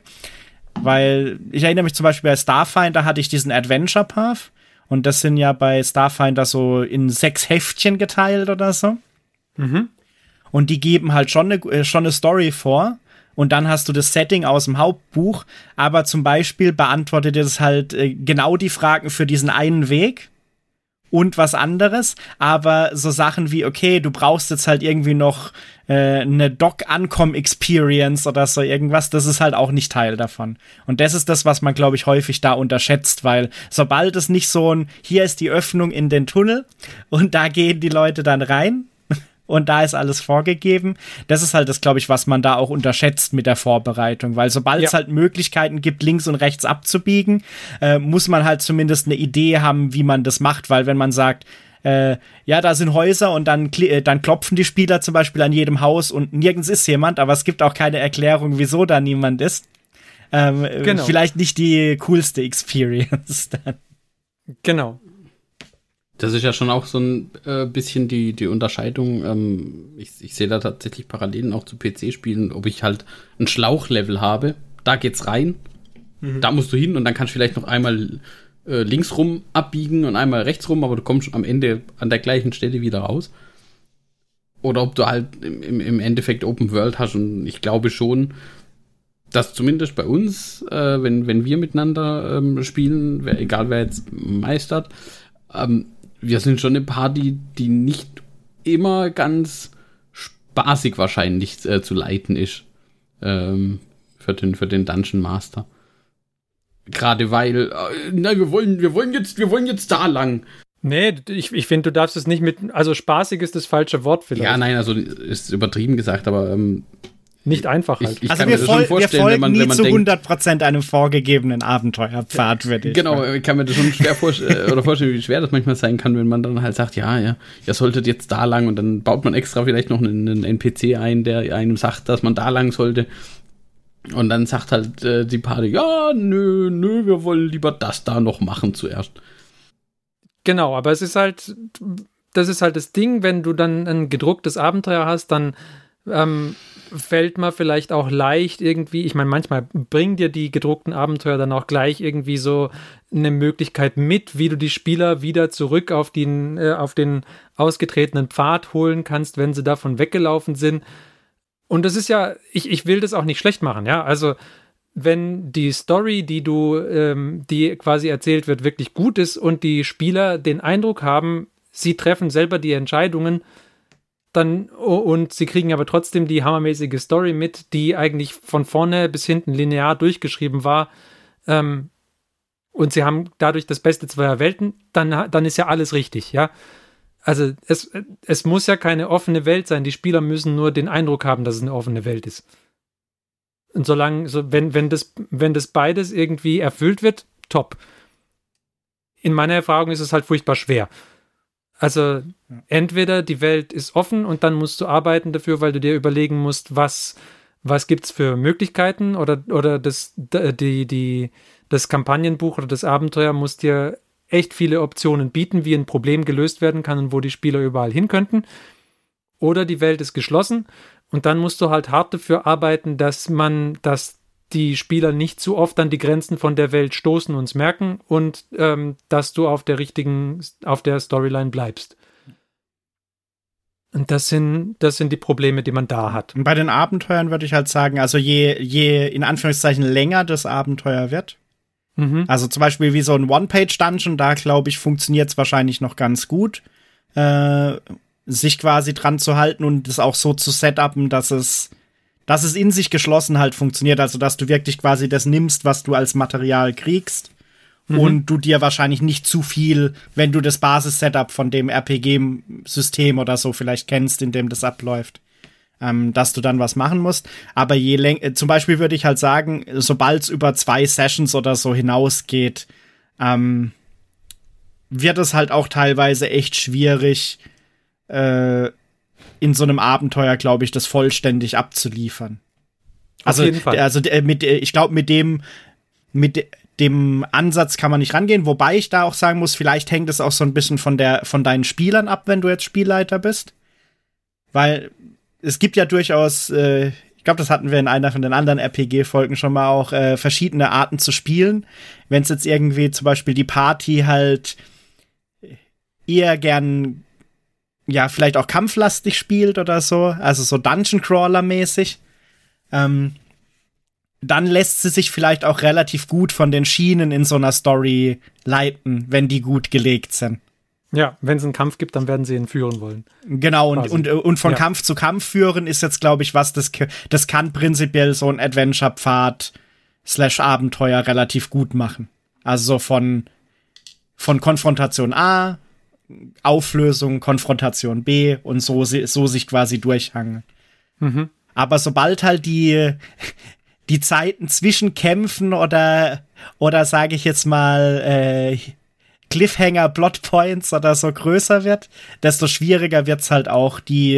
Weil ich erinnere mich zum Beispiel bei Starfinder hatte ich diesen Adventure Path. Und das sind ja bei Starfinder so in 6 Heftchen geteilt oder so. Mhm. Und die geben halt schon eine Story vor. Und dann hast du das Setting aus dem Hauptbuch. Aber zum Beispiel beantwortet es halt genau die Fragen für diesen einen Weg und was anderes. Aber so Sachen wie, okay, du brauchst jetzt halt irgendwie noch eine Dock-Ancom-Experience oder so irgendwas, das ist halt auch nicht Teil davon. Und das ist das, was man, glaube ich, häufig da unterschätzt, weil sobald es nicht so hier ist die Öffnung in den Tunnel und da gehen die Leute dann rein und da ist alles vorgegeben, das ist halt das, glaube ich, was man da auch unterschätzt mit der Vorbereitung, weil sobald es halt Möglichkeiten gibt, links und rechts abzubiegen, muss man halt zumindest eine Idee haben, wie man das macht, weil wenn man sagt, ja, da sind Häuser und dann klopfen die Spieler zum Beispiel an jedem Haus und nirgends ist jemand, aber es gibt auch keine Erklärung, wieso da niemand ist. Genau. Vielleicht nicht die coolste Experience dann. Genau. Das ist ja schon auch so ein bisschen die Unterscheidung. Ich sehe da tatsächlich Parallelen auch zu PC-Spielen, ob ich halt ein Schlauchlevel habe, da geht's rein, da musst du hin und dann kannst du vielleicht noch einmal links rum abbiegen und einmal rechts rum, aber du kommst am Ende an der gleichen Stelle wieder raus. Oder ob du halt im Endeffekt Open World hast, und ich glaube schon, dass zumindest bei uns, wenn wir miteinander spielen, egal wer jetzt meistert, wir sind schon eine Party, die nicht immer ganz spaßig wahrscheinlich zu leiten ist für den Dungeon Master. Gerade weil, nein, wir wollen jetzt da lang. Nee, ich finde, du darfst es nicht also spaßig ist das falsche Wort vielleicht. Ja, nein, also ist übertrieben gesagt, aber nicht einfach halt. Ich kann mir das schon vorstellen, wenn man nie zu 100% einem vorgegebenen Abenteuerpfad, würde ich. Genau, ich kann mir das schon schwer vorstellen, wie schwer das manchmal sein kann, wenn man dann halt sagt, ja, ihr solltet jetzt da lang, und dann baut man extra vielleicht noch einen NPC ein, der einem sagt, dass man da lang sollte. Und dann sagt halt die Party, ja, nö, wir wollen lieber das da noch machen zuerst. Genau, aber das ist halt das Ding, wenn du dann ein gedrucktes Abenteuer hast, dann fällt man vielleicht auch leicht irgendwie, ich meine, manchmal bringen dir die gedruckten Abenteuer dann auch gleich irgendwie so eine Möglichkeit mit, wie du die Spieler wieder zurück auf den ausgetretenen Pfad holen kannst, wenn sie davon weggelaufen sind. Und das ist ja, ich will das auch nicht schlecht machen, ja, also wenn die Story, die quasi erzählt wird, wirklich gut ist und die Spieler den Eindruck haben, sie treffen selber die Entscheidungen, und sie kriegen aber trotzdem die hammermäßige Story mit, die eigentlich von vorne bis hinten linear durchgeschrieben war, und sie haben dadurch das Beste zweier Welten, dann ist ja alles richtig, ja. Also es muss ja keine offene Welt sein, die Spieler müssen nur den Eindruck haben, dass es eine offene Welt ist. Und wenn das beides irgendwie erfüllt wird, top. In meiner Erfahrung ist es halt furchtbar schwer. Also entweder die Welt ist offen und dann musst du arbeiten dafür, weil du dir überlegen musst, was gibt's für Möglichkeiten, oder das Kampagnenbuch oder das Abenteuer muss dir echt viele Optionen bieten, wie ein Problem gelöst werden kann und wo die Spieler überall hin könnten. Oder die Welt ist geschlossen und dann musst du halt hart dafür arbeiten, dass die Spieler nicht zu oft an die Grenzen von der Welt stoßen und es merken und dass du auf der Storyline bleibst. Und das sind die Probleme, die man da hat. Und bei den Abenteuern würde ich halt sagen, also je in Anführungszeichen länger das Abenteuer wird, also zum Beispiel wie so ein One-Page-Dungeon, da glaube ich, funktioniert es wahrscheinlich noch ganz gut, sich quasi dran zu halten und das auch so zu setupen, dass es in sich geschlossen halt funktioniert, also dass du wirklich quasi das nimmst, was du als Material kriegst und du dir wahrscheinlich nicht zu viel, wenn du das Basis-Setup von dem RPG-System oder so vielleicht kennst, in dem das abläuft, dass du dann was machen musst. Aber zum Beispiel würde ich halt sagen, sobald es über 2 Sessions oder so hinausgeht, wird es halt auch teilweise echt schwierig, in so einem Abenteuer, glaube ich, das vollständig abzuliefern. Auf jeden Fall. Also ich glaube, mit dem Ansatz kann man nicht rangehen, wobei ich da auch sagen muss, vielleicht hängt es auch so ein bisschen von deinen Spielern ab, wenn du jetzt Spielleiter bist. Weil es gibt ja durchaus, ich glaube, das hatten wir in einer von den anderen RPG-Folgen schon mal auch, verschiedene Arten zu spielen. Wenn es jetzt irgendwie zum Beispiel die Party halt eher gern, ja, vielleicht auch kampflastig spielt oder so, also so Dungeon-Crawler-mäßig, dann lässt sie sich vielleicht auch relativ gut von den Schienen in so einer Story leiten, wenn die gut gelegt sind. Ja, wenn es einen Kampf gibt, dann werden sie ihn führen wollen. Genau, und von Kampf zu Kampf führen ist jetzt, glaube ich, das kann prinzipiell so ein Adventure-Pfad / Abenteuer relativ gut machen. Also von Konfrontation A, Auflösung, Konfrontation B und so sich quasi durchhangen. Aber sobald halt die Zeiten zwischen Kämpfen oder sage ich jetzt mal Cliffhanger, Plotpoints oder so größer wird, desto schwieriger wird's halt auch,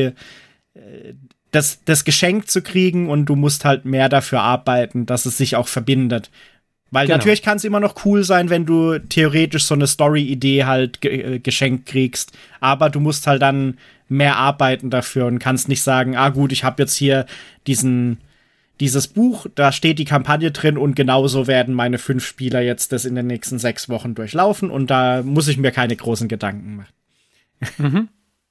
das Geschenk zu kriegen, und du musst halt mehr dafür arbeiten, dass es sich auch verbindet. Weil natürlich kann es immer noch cool sein, wenn du theoretisch so eine Story-Idee halt geschenkt kriegst, aber du musst halt dann mehr arbeiten dafür und kannst nicht sagen, gut, ich habe jetzt hier dieses Buch, da steht die Kampagne drin und genauso werden meine 5 Spieler jetzt das in den nächsten 6 Wochen durchlaufen und da muss ich mir keine großen Gedanken machen.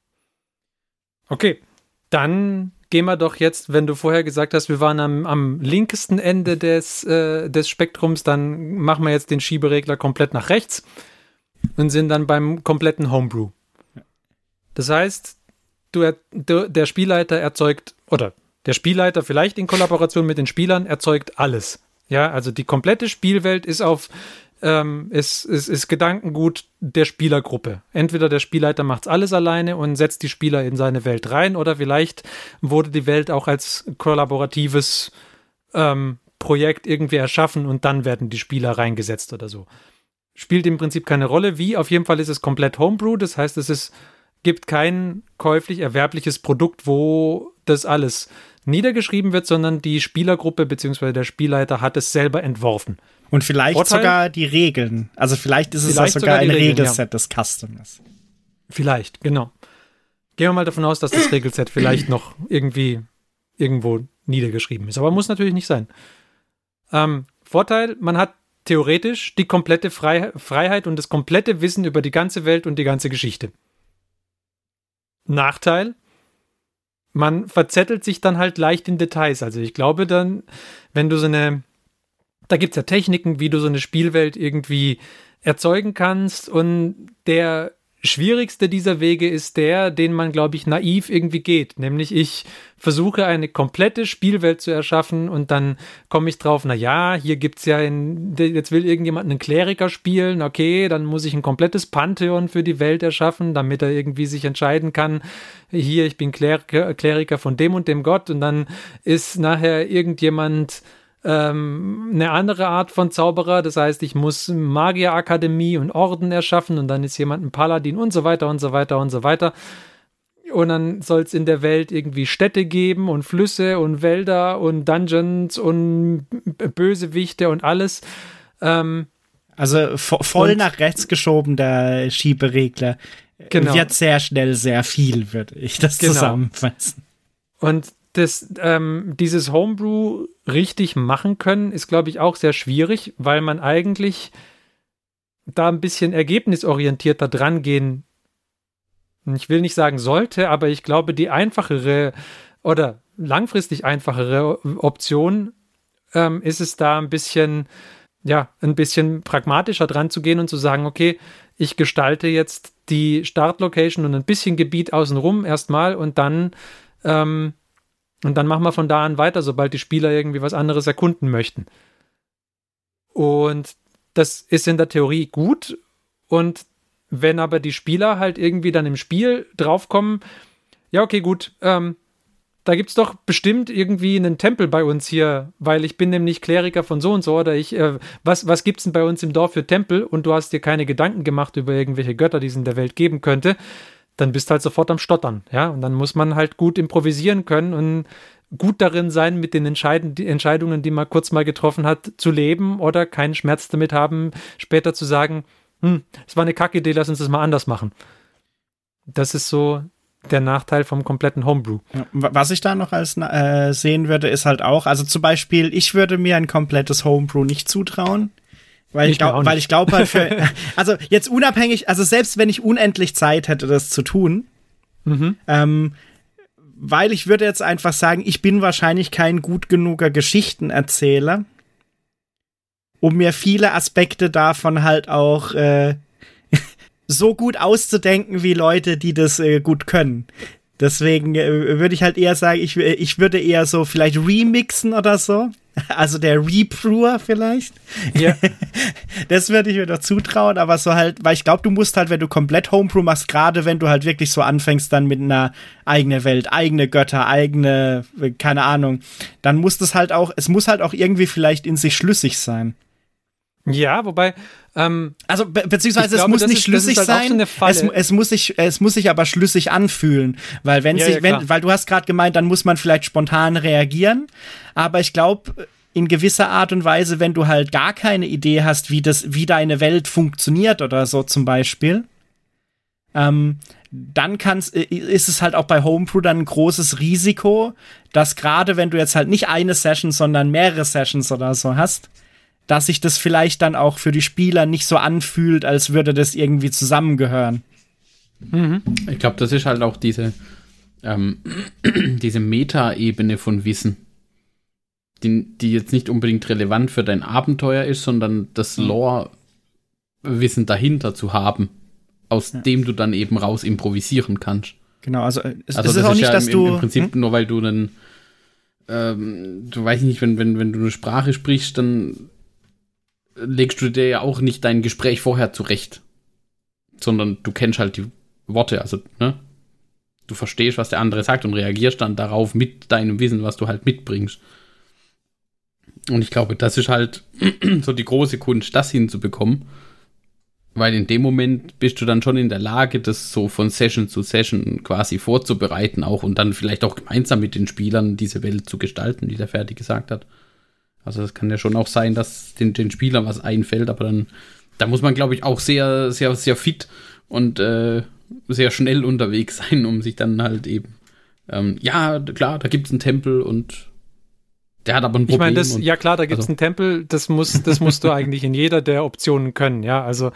Okay, dann gehen wir doch jetzt, wenn du vorher gesagt hast, wir waren am linkesten Ende des Spektrums, dann machen wir jetzt den Schieberegler komplett nach rechts und sind dann beim kompletten Homebrew. Das heißt, der Spielleiter erzeugt, oder der Spielleiter vielleicht in Kollaboration mit den Spielern erzeugt alles. Ja, also die komplette Spielwelt ist ist Gedankengut der Spielergruppe. Entweder der Spielleiter macht's alles alleine und setzt die Spieler in seine Welt rein, oder vielleicht wurde die Welt auch als kollaboratives Projekt irgendwie erschaffen und dann werden die Spieler reingesetzt oder so. Spielt im Prinzip keine Rolle. Wie? Auf jeden Fall ist es komplett Homebrew. Das heißt, gibt kein käuflich erwerbliches Produkt, wo das alles niedergeschrieben wird, sondern die Spielergruppe bzw. der Spielleiter hat es selber entworfen. Und vielleicht sogar die Regeln. Also vielleicht ist es sogar ein Regelset des Customers. Vielleicht, genau. Gehen wir mal davon aus, dass das Regelset vielleicht noch irgendwo niedergeschrieben ist. Aber muss natürlich nicht sein. Vorteil, man hat theoretisch die komplette Freiheit und das komplette Wissen über die ganze Welt und die ganze Geschichte. Nachteil, man verzettelt sich dann halt leicht in Details. Also ich glaube dann, wenn du da gibt es ja Techniken, wie du so eine Spielwelt irgendwie erzeugen kannst, und der schwierigste dieser Wege ist der, den man, glaube ich, naiv irgendwie geht. Nämlich ich versuche eine komplette Spielwelt zu erschaffen und dann komme ich drauf, hier gibt es ja jetzt will irgendjemand einen Kleriker spielen, okay, dann muss ich ein komplettes Pantheon für die Welt erschaffen, damit er irgendwie sich entscheiden kann, hier, ich bin Kleriker von dem und dem Gott, und dann ist nachher irgendjemand eine andere Art von Zauberer, das heißt, ich muss Magierakademie und Orden erschaffen und dann ist jemand ein Paladin und so weiter und so weiter und so weiter. Und dann soll es in der Welt irgendwie Städte geben und Flüsse und Wälder und Dungeons und Bösewichte und alles. Also voll nach rechts geschoben, der Schieberegler. Genau. Wird sehr schnell sehr viel, würde ich das zusammenfassen. Und dieses Homebrew richtig machen können, ist, glaube ich, auch sehr schwierig, weil man eigentlich da ein bisschen ergebnisorientierter dran gehen ich will nicht sagen sollte, aber ich glaube, die einfachere oder langfristig einfachere Option ist es da ein bisschen pragmatischer dran zu gehen und zu sagen, okay, ich gestalte jetzt die Startlocation und ein bisschen Gebiet außenrum erstmal und dann machen wir von da an weiter, sobald die Spieler irgendwie was anderes erkunden möchten. Und das ist in der Theorie gut. Und wenn aber die Spieler halt irgendwie dann im Spiel draufkommen, ja, okay, gut, da gibt es doch bestimmt irgendwie einen Tempel bei uns hier, weil ich bin nämlich Kleriker von so und so oder was gibt's denn bei uns im Dorf für Tempel und du hast dir keine Gedanken gemacht über irgendwelche Götter, die es in der Welt geben könnte, dann bist du halt sofort am Stottern, ja, und dann muss man halt gut improvisieren können und gut darin sein, mit den Entscheidungen, die man kurz mal getroffen hat, zu leben oder keinen Schmerz damit haben, später zu sagen, es war eine Kackidee, lass uns das mal anders machen. Das ist so der Nachteil vom kompletten Homebrew. Ja, was ich da noch als sehen würde, ist halt auch, also zum Beispiel, ich würde mir ein komplettes Homebrew nicht zutrauen, weil ich glaube halt also jetzt unabhängig, also selbst wenn ich unendlich Zeit hätte, das zu tun, weil ich würde jetzt einfach sagen, ich bin wahrscheinlich kein gut genuger Geschichtenerzähler, um mir viele Aspekte davon halt auch so gut auszudenken wie Leute, die das gut können. Deswegen würde ich halt eher sagen, ich würde eher so vielleicht remixen oder so. Also der Rebrewer vielleicht. Ja. Das würde ich mir doch zutrauen, aber so halt, weil ich glaube, du musst halt, wenn du komplett Homebrew machst, gerade wenn du halt wirklich so anfängst dann mit einer eigenen Welt, eigene Götter, eigene, keine Ahnung, dann muss es muss halt auch irgendwie vielleicht in sich schlüssig sein. Ja, wobei also beziehungsweise glaube, es muss nicht schlüssig halt sein, so es muss sich aber schlüssig anfühlen, weil weil du hast gerade gemeint, dann muss man vielleicht spontan reagieren, aber ich glaube in gewisser Art und Weise, wenn du halt gar keine Idee hast, wie deine Welt funktioniert oder so zum Beispiel, dann ist es halt auch bei Homebrew dann ein großes Risiko, dass gerade wenn du jetzt halt nicht eine Session, sondern mehrere Sessions oder so hast, dass sich das vielleicht dann auch für die Spieler nicht so anfühlt, als würde das irgendwie zusammengehören. Ich glaube, das ist halt auch diese Meta-Ebene von Wissen, die jetzt nicht unbedingt relevant für dein Abenteuer ist, sondern das Lore-Wissen dahinter zu haben, aus dem du dann eben raus improvisieren kannst. Genau, also es ist auch nicht, dass du im Prinzip nur weil du du weißt nicht, wenn du eine Sprache sprichst, dann legst du dir ja auch nicht dein Gespräch vorher zurecht, sondern du kennst halt die Worte, also, ne? Du verstehst, was der andere sagt und reagierst dann darauf mit deinem Wissen, was du halt mitbringst. Und ich glaube, das ist halt so die große Kunst, das hinzubekommen, weil in dem Moment bist du dann schon in der Lage, das so von Session zu Session quasi vorzubereiten auch und dann vielleicht auch gemeinsam mit den Spielern diese Welt zu gestalten, die der Ferdi gesagt hat. Also das kann ja schon auch sein, dass den Spielern was einfällt, aber da muss man, glaube ich, auch sehr, sehr, sehr fit und sehr schnell unterwegs sein, um sich dann halt eben, ja, klar, da gibt es einen Tempel und der hat aber ein Problem. Ich meine, ja klar, da gibt es einen Tempel, das musst du eigentlich in jeder der Optionen können, ja, also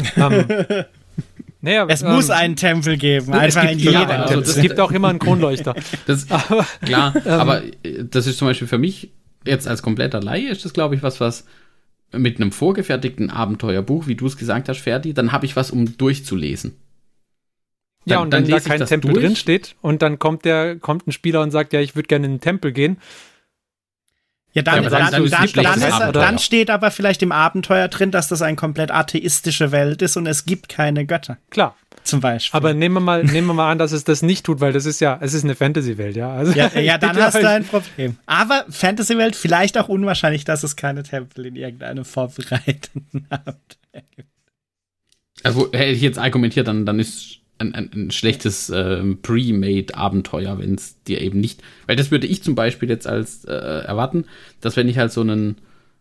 naja, es muss einen Tempel geben, einfach in jeder. Ja, also es gibt auch immer einen Kronleuchter. Klar, aber das ist zum Beispiel für mich jetzt als kompletter Laie ist das, glaube ich, was mit einem vorgefertigten Abenteuerbuch, wie du es gesagt hast, Ferdi, dann habe ich was, um durchzulesen. Ja, und wenn da kein Tempel drin steht und dann kommt ein Spieler und sagt, ja, ich würde gerne in den Tempel gehen. Ja, dann steht aber vielleicht im Abenteuer drin, dass das eine komplett atheistische Welt ist und es gibt keine Götter. Klar. Zum Beispiel. Aber nehmen wir mal an, dass es das nicht tut, weil es ist eine Fantasy-Welt, ja. Also, ja, dann hast du ein Problem. Aber Fantasy-Welt vielleicht auch unwahrscheinlich, dass es keine Tempel in irgendeinem vorbereiteten Abenteuer gibt. Also hätte ich jetzt argumentiert, dann ist ein schlechtes Pre-Made-Abenteuer, wenn es dir eben nicht, weil das würde ich zum Beispiel jetzt als erwarten, dass wenn ich halt so ein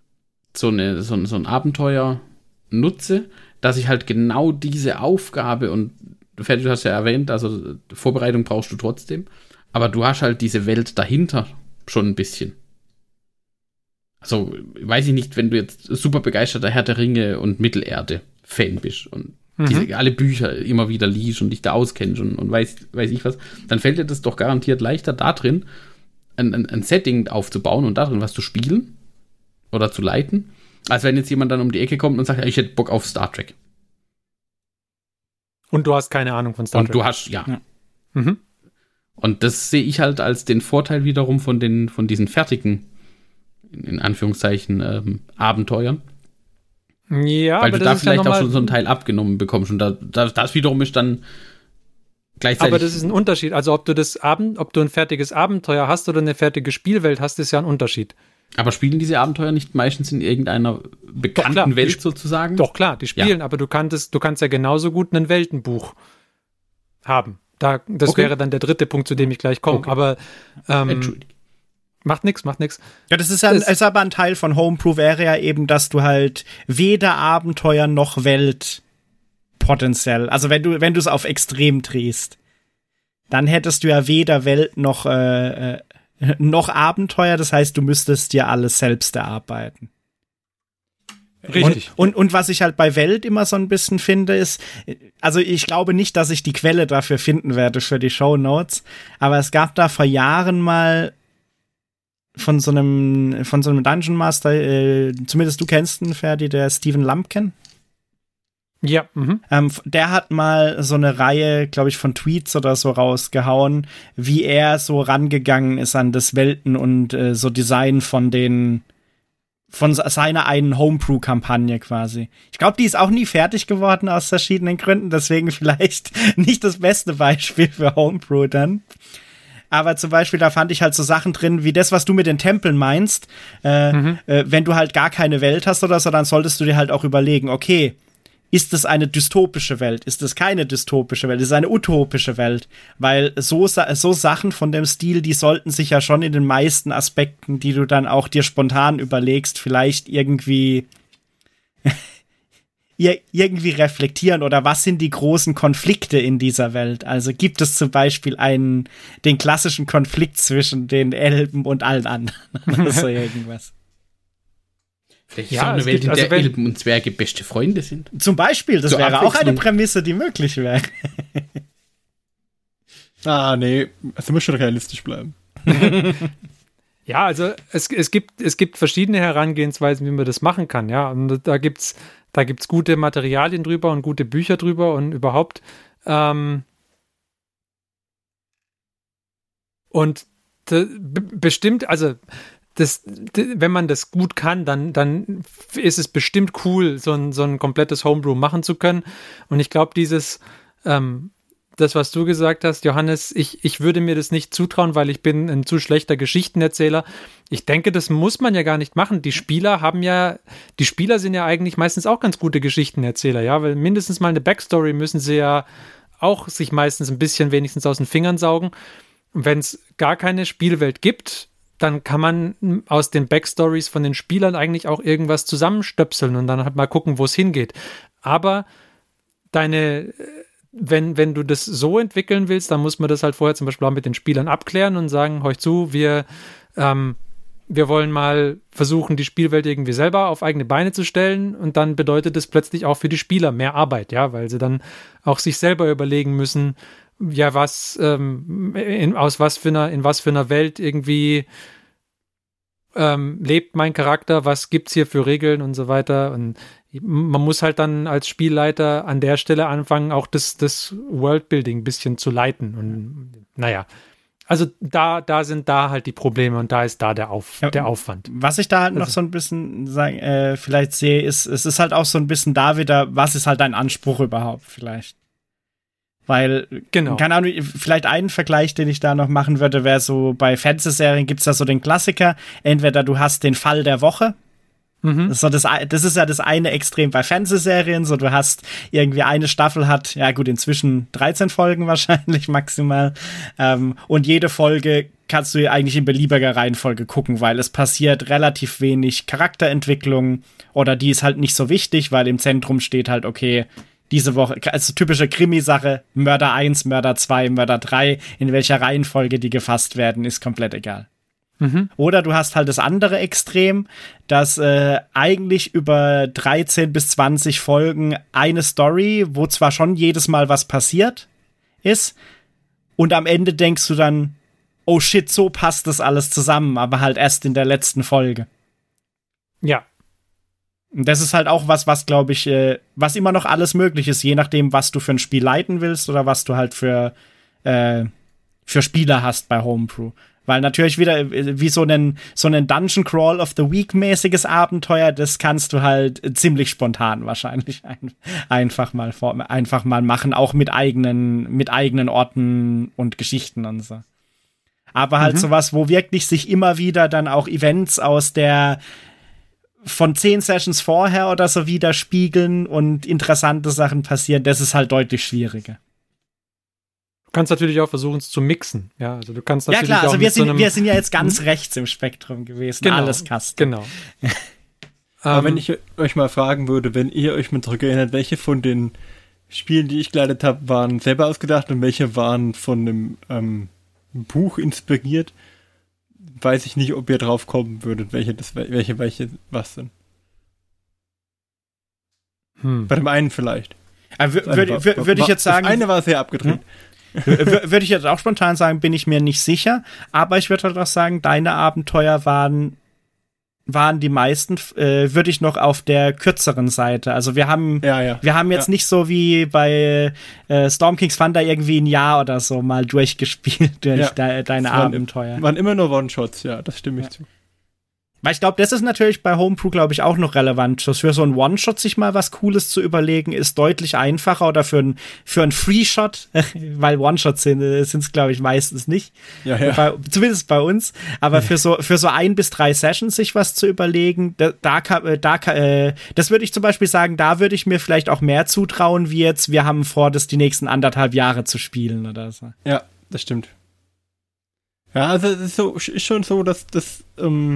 Abenteuer nutze, dass ich halt genau diese Aufgabe und Ferdi, du hast ja erwähnt, also Vorbereitung brauchst du trotzdem, aber du hast halt diese Welt dahinter schon ein bisschen. Also weiß ich nicht, wenn du jetzt super begeisterter Herr der Ringe und Mittelerde-Fan bist und alle Bücher immer wieder liest und dich da auskennst und weiß ich was, dann fällt dir das doch garantiert leichter da drin, ein Setting aufzubauen und darin was zu spielen oder zu leiten, als wenn jetzt jemand dann um die Ecke kommt und sagt, ich hätte Bock auf Star Trek. Und du hast keine Ahnung von Star Trek. Und du hast, ja. Mhm. Und das sehe ich halt als den Vorteil wiederum von diesen fertigen, in Anführungszeichen, Abenteuern. Ja, weil aber du das da ist vielleicht ja auch schon so einen Teil abgenommen bekommst. Und das wiederum ist dann gleichzeitig. Aber das ist ein Unterschied. Also ob du ein fertiges Abenteuer hast oder eine fertige Spielwelt hast, ist ja ein Unterschied. Aber spielen diese Abenteuer nicht meistens in irgendeiner bekannten Welt sozusagen? Doch, klar, die spielen, aber du kannst ja genauso gut ein Weltenbuch haben. Das wäre dann der dritte Punkt, zu dem ich gleich komme. Okay. Aber Entschuldigung. Macht nix. Ja, das ist aber ein Teil von Homebrew wäre ja eben, dass du halt weder Abenteuer noch Welt potenziell, also wenn du es auf extrem drehst, dann hättest du ja weder Welt noch Abenteuer, das heißt, du müsstest dir alles selbst erarbeiten. Richtig. Und was ich halt bei Welt immer so ein bisschen finde, ist, also ich glaube nicht, dass ich die Quelle dafür finden werde für die Shownotes, aber es gab da vor Jahren mal von so einem Dungeon Master, zumindest du kennst ihn, Ferdi, der Steven Lumpkin. Ja. Der hat mal so eine Reihe, glaube ich, von Tweets oder so rausgehauen, wie er so rangegangen ist an das Welten und so Design von seiner einen Homebrew-Kampagne quasi. Ich glaube, die ist auch nie fertig geworden aus verschiedenen Gründen, deswegen vielleicht nicht das beste Beispiel für Homebrew dann. Aber zum Beispiel, da fand ich halt so Sachen drin, wie das, was du mit den Tempeln meinst. Wenn du halt gar keine Welt hast oder so, dann solltest du dir halt auch überlegen, okay, ist es eine dystopische Welt? Ist es keine dystopische Welt? Ist es eine utopische Welt? Weil so Sachen von dem Stil, die sollten sich ja schon in den meisten Aspekten, die du dann auch dir spontan überlegst, vielleicht irgendwie reflektieren, oder was sind die großen Konflikte in dieser Welt? Also gibt es zum Beispiel den klassischen Konflikt zwischen den Elben und allen anderen oder so irgendwas. Vielleicht ist auch eine Welt, in der Elben und Zwerge beste Freunde sind. Zum Beispiel, das wäre auch eine Prämisse, die möglich wäre. Nee, also muss schon realistisch bleiben. Ja, also es gibt verschiedene Herangehensweisen, wie man das machen kann, ja. Und da gibt's gute Materialien drüber und gute Bücher drüber und überhaupt. Und bestimmt, also wenn man das gut kann, dann ist es bestimmt cool, so ein komplettes Homebrew machen zu können. Und ich glaube, das, was du gesagt hast, Johannes, ich würde mir das nicht zutrauen, weil ich bin ein zu schlechter Geschichtenerzähler. Ich denke, das muss man ja gar nicht machen. Die Spieler sind ja eigentlich meistens auch ganz gute Geschichtenerzähler, ja, weil mindestens mal eine Backstory müssen sie ja auch sich meistens ein bisschen wenigstens aus den Fingern saugen. Und wenn es gar keine Spielwelt gibt, dann kann man aus den Backstories von den Spielern eigentlich auch irgendwas zusammenstöpseln und dann halt mal gucken, wo es hingeht. Aber wenn du das so entwickeln willst, dann muss man das halt vorher zum Beispiel auch mit den Spielern abklären und sagen, heuch zu, wir wollen mal versuchen, die Spielwelt irgendwie selber auf eigene Beine zu stellen, und dann bedeutet das plötzlich auch für die Spieler mehr Arbeit, ja, weil sie dann auch sich selber überlegen müssen, ja, in was für einer Welt irgendwie lebt mein Charakter, was gibt's hier für Regeln und so weiter. Und man muss halt dann als Spielleiter an der Stelle anfangen, auch das Worldbuilding ein bisschen zu leiten. Und naja, also da sind halt die Probleme und da ist der Aufwand. Was ich da halt noch so ein bisschen vielleicht sehe, ist, es ist halt auch so ein bisschen da wieder, was ist halt dein Anspruch überhaupt vielleicht? Weil, genau. Keine Ahnung, vielleicht einen Vergleich, den ich da noch machen würde, wäre so, bei Fernsehserien gibt's da so den Klassiker, entweder du hast den Fall der Woche, das ist ja das eine Extrem bei Fernsehserien, so du hast irgendwie eine Staffel hat, ja gut, inzwischen 13 Folgen wahrscheinlich maximal, und jede Folge kannst du eigentlich in beliebiger Reihenfolge gucken, weil es passiert relativ wenig Charakterentwicklung, oder die ist halt nicht so wichtig, weil im Zentrum steht halt, okay, diese Woche, also typische Krimi-Sache, Mörder 1, Mörder 2, Mörder 3, in welcher Reihenfolge die gefasst werden, ist komplett egal. Oder du hast halt das andere Extrem, dass eigentlich über 13 bis 20 Folgen eine Story, wo zwar schon jedes Mal was passiert ist, und am Ende denkst du dann, oh shit, so passt das alles zusammen, aber halt erst in der letzten Folge. Ja. Und das ist halt auch was glaube ich, was immer noch alles möglich ist, je nachdem, was du für ein Spiel leiten willst oder was du halt für Spieler hast bei Homebrew. Weil natürlich wieder wie so einen Dungeon Crawl of the Week mäßiges Abenteuer, das kannst du halt ziemlich spontan wahrscheinlich einfach mal machen, auch mit eigenen Orten und Geschichten und so. Aber halt sowas, wo wirklich sich immer wieder dann auch Events von 10 Sessions vorher oder so widerspiegeln und interessante Sachen passieren, das ist halt deutlich schwieriger. Du kannst natürlich auch versuchen, es zu mixen. Ja, also du kannst natürlich ja klar, auch also wir sind ja jetzt ganz rechts im Spektrum gewesen. Genau, alles Custom. Genau. Aber wenn ich euch mal fragen würde, wenn ihr euch mal zurückerinnert, welche von den Spielen, die ich geleitet habe, waren selber ausgedacht und welche waren von einem Buch inspiriert, weiß ich nicht, ob ihr drauf kommen würdet, welche was sind. Bei dem einen vielleicht. Würde ich jetzt sagen. Das eine war sehr abgedreht. Würde ich jetzt auch spontan sagen, bin ich mir nicht sicher. Aber ich würde halt auch sagen, deine Abenteuer waren die meisten, würde ich noch auf der kürzeren Seite. Also wir haben jetzt nicht so wie bei Storm King's Thunder irgendwie ein Jahr oder so mal durchgespielt durch deine Abenteuer. Waren immer nur One-Shots, ja, das stimme ich zu. Weil ich glaube, das ist natürlich bei Homebrew, glaube ich, auch noch relevant. Für so einen One-Shot sich mal was Cooles zu überlegen, ist deutlich einfacher. Oder für einen Free-Shot, weil One-Shots sind es, glaube ich, meistens nicht. Ja. Zumindest bei uns. Aber für so 1 bis 3 Sessions sich was zu überlegen, das würde ich zum Beispiel sagen, da würde ich mir vielleicht auch mehr zutrauen, wie jetzt, wir haben vor, das die nächsten 1,5 Jahre zu spielen oder so. Ja, das stimmt. Ja, also es ist schon so, dass das,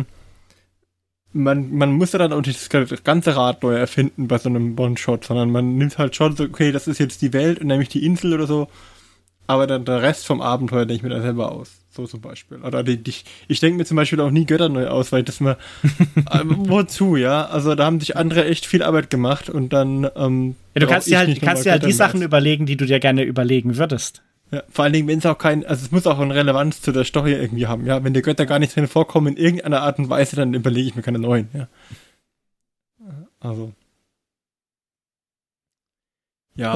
man muss ja dann auch nicht das ganze Rad neu erfinden bei so einem One-Shot, sondern man nimmt halt schon so, okay, das ist jetzt die Welt und nämlich die Insel oder so, aber dann der Rest vom Abenteuer denke ich mir dann selber aus. So zum Beispiel. Oder ich denke mir zum Beispiel auch nie Götter neu aus, weil das mal wozu, ja? Also da haben sich andere echt viel Arbeit gemacht und dann du kannst dir halt die Sachen überlegen, die du dir gerne überlegen würdest. Ja, vor allen Dingen, wenn es auch es muss auch eine Relevanz zu der Story irgendwie haben, ja. Wenn die Götter gar nicht drin vorkommen in irgendeiner Art und Weise, dann überlege ich mir keine neuen, ja. Also. Ja.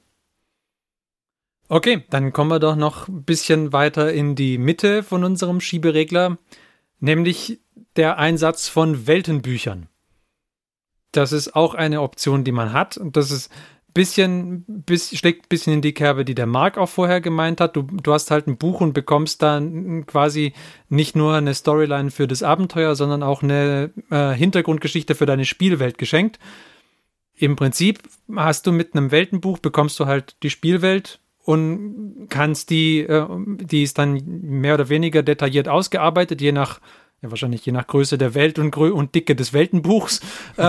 Okay, dann kommen wir doch noch ein bisschen weiter in die Mitte von unserem Schieberegler, nämlich der Einsatz von Weltenbüchern. Das ist auch eine Option, die man hat, und das ist schlägt ein bisschen in die Kerbe, die der Marc auch vorher gemeint hat. Du hast halt ein Buch und bekommst dann quasi nicht nur eine Storyline für das Abenteuer, sondern auch eine Hintergrundgeschichte für deine Spielwelt geschenkt. Im Prinzip hast du mit einem Weltenbuch, bekommst du halt die Spielwelt und kannst die ist dann mehr oder weniger detailliert ausgearbeitet, wahrscheinlich je nach Größe der Welt und Dicke des Weltenbuchs.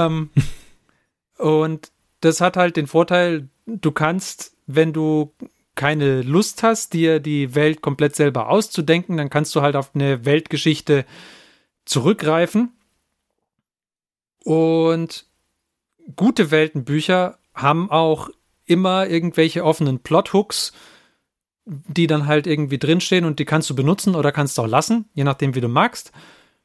Und das hat halt den Vorteil, du kannst, wenn du keine Lust hast, dir die Welt komplett selber auszudenken, dann kannst du halt auf eine Weltgeschichte zurückgreifen. Und gute Weltenbücher haben auch immer irgendwelche offenen Plothooks, die dann halt irgendwie drinstehen und die kannst du benutzen oder kannst du auch lassen, je nachdem, wie du magst.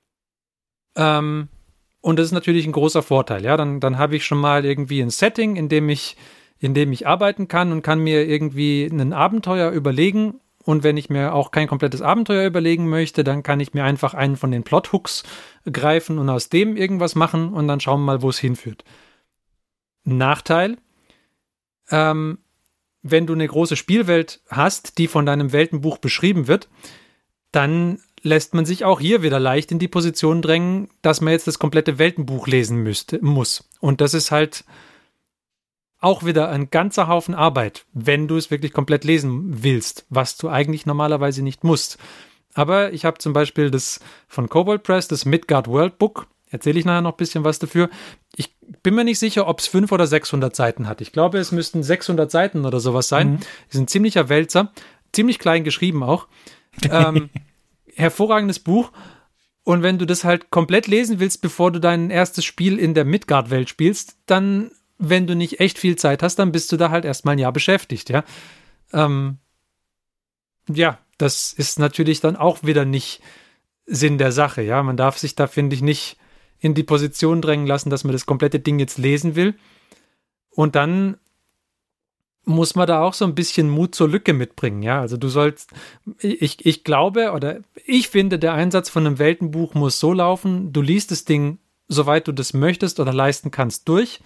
Und das ist natürlich ein großer Vorteil, ja. Dann habe ich schon mal irgendwie ein Setting, in dem ich arbeiten kann und kann mir irgendwie ein Abenteuer überlegen. Und wenn ich mir auch kein komplettes Abenteuer überlegen möchte, dann kann ich mir einfach einen von den Plothooks greifen und aus dem irgendwas machen und dann schauen wir mal, wo es hinführt. Nachteil, wenn du eine große Spielwelt hast, die von deinem Weltenbuch beschrieben wird, dann lässt man sich auch hier wieder leicht in die Position drängen, dass man jetzt das komplette Weltenbuch lesen muss. Und das ist halt auch wieder ein ganzer Haufen Arbeit, wenn du es wirklich komplett lesen willst, was du eigentlich normalerweise nicht musst. Aber ich habe zum Beispiel das von Kobold Press, das Midgard World Book, erzähle ich nachher noch ein bisschen was dafür. Ich bin mir nicht sicher, ob es 500 oder 600 Seiten hat. Ich glaube, es müssten 600 Seiten oder sowas sein. Die sind ziemlicher Wälzer, ziemlich klein geschrieben auch. Hervorragendes Buch, Und wenn du das halt komplett lesen willst, bevor du dein erstes Spiel in der Midgard-Welt spielst, dann, wenn du nicht echt viel Zeit hast, dann bist du da halt erstmal ein Jahr beschäftigt, ja. Ja, das ist natürlich dann auch wieder nicht Sinn der Sache, ja. Man darf sich da, finde ich, nicht in die Position drängen lassen, dass man das komplette Ding jetzt lesen will. Und dann muss man da auch so ein bisschen Mut zur Lücke mitbringen, ja. Also du sollst, ich glaube, oder ich finde, der Einsatz von einem Weltenbuch muss so laufen, du liest das Ding, soweit du das möchtest oder leisten kannst, durch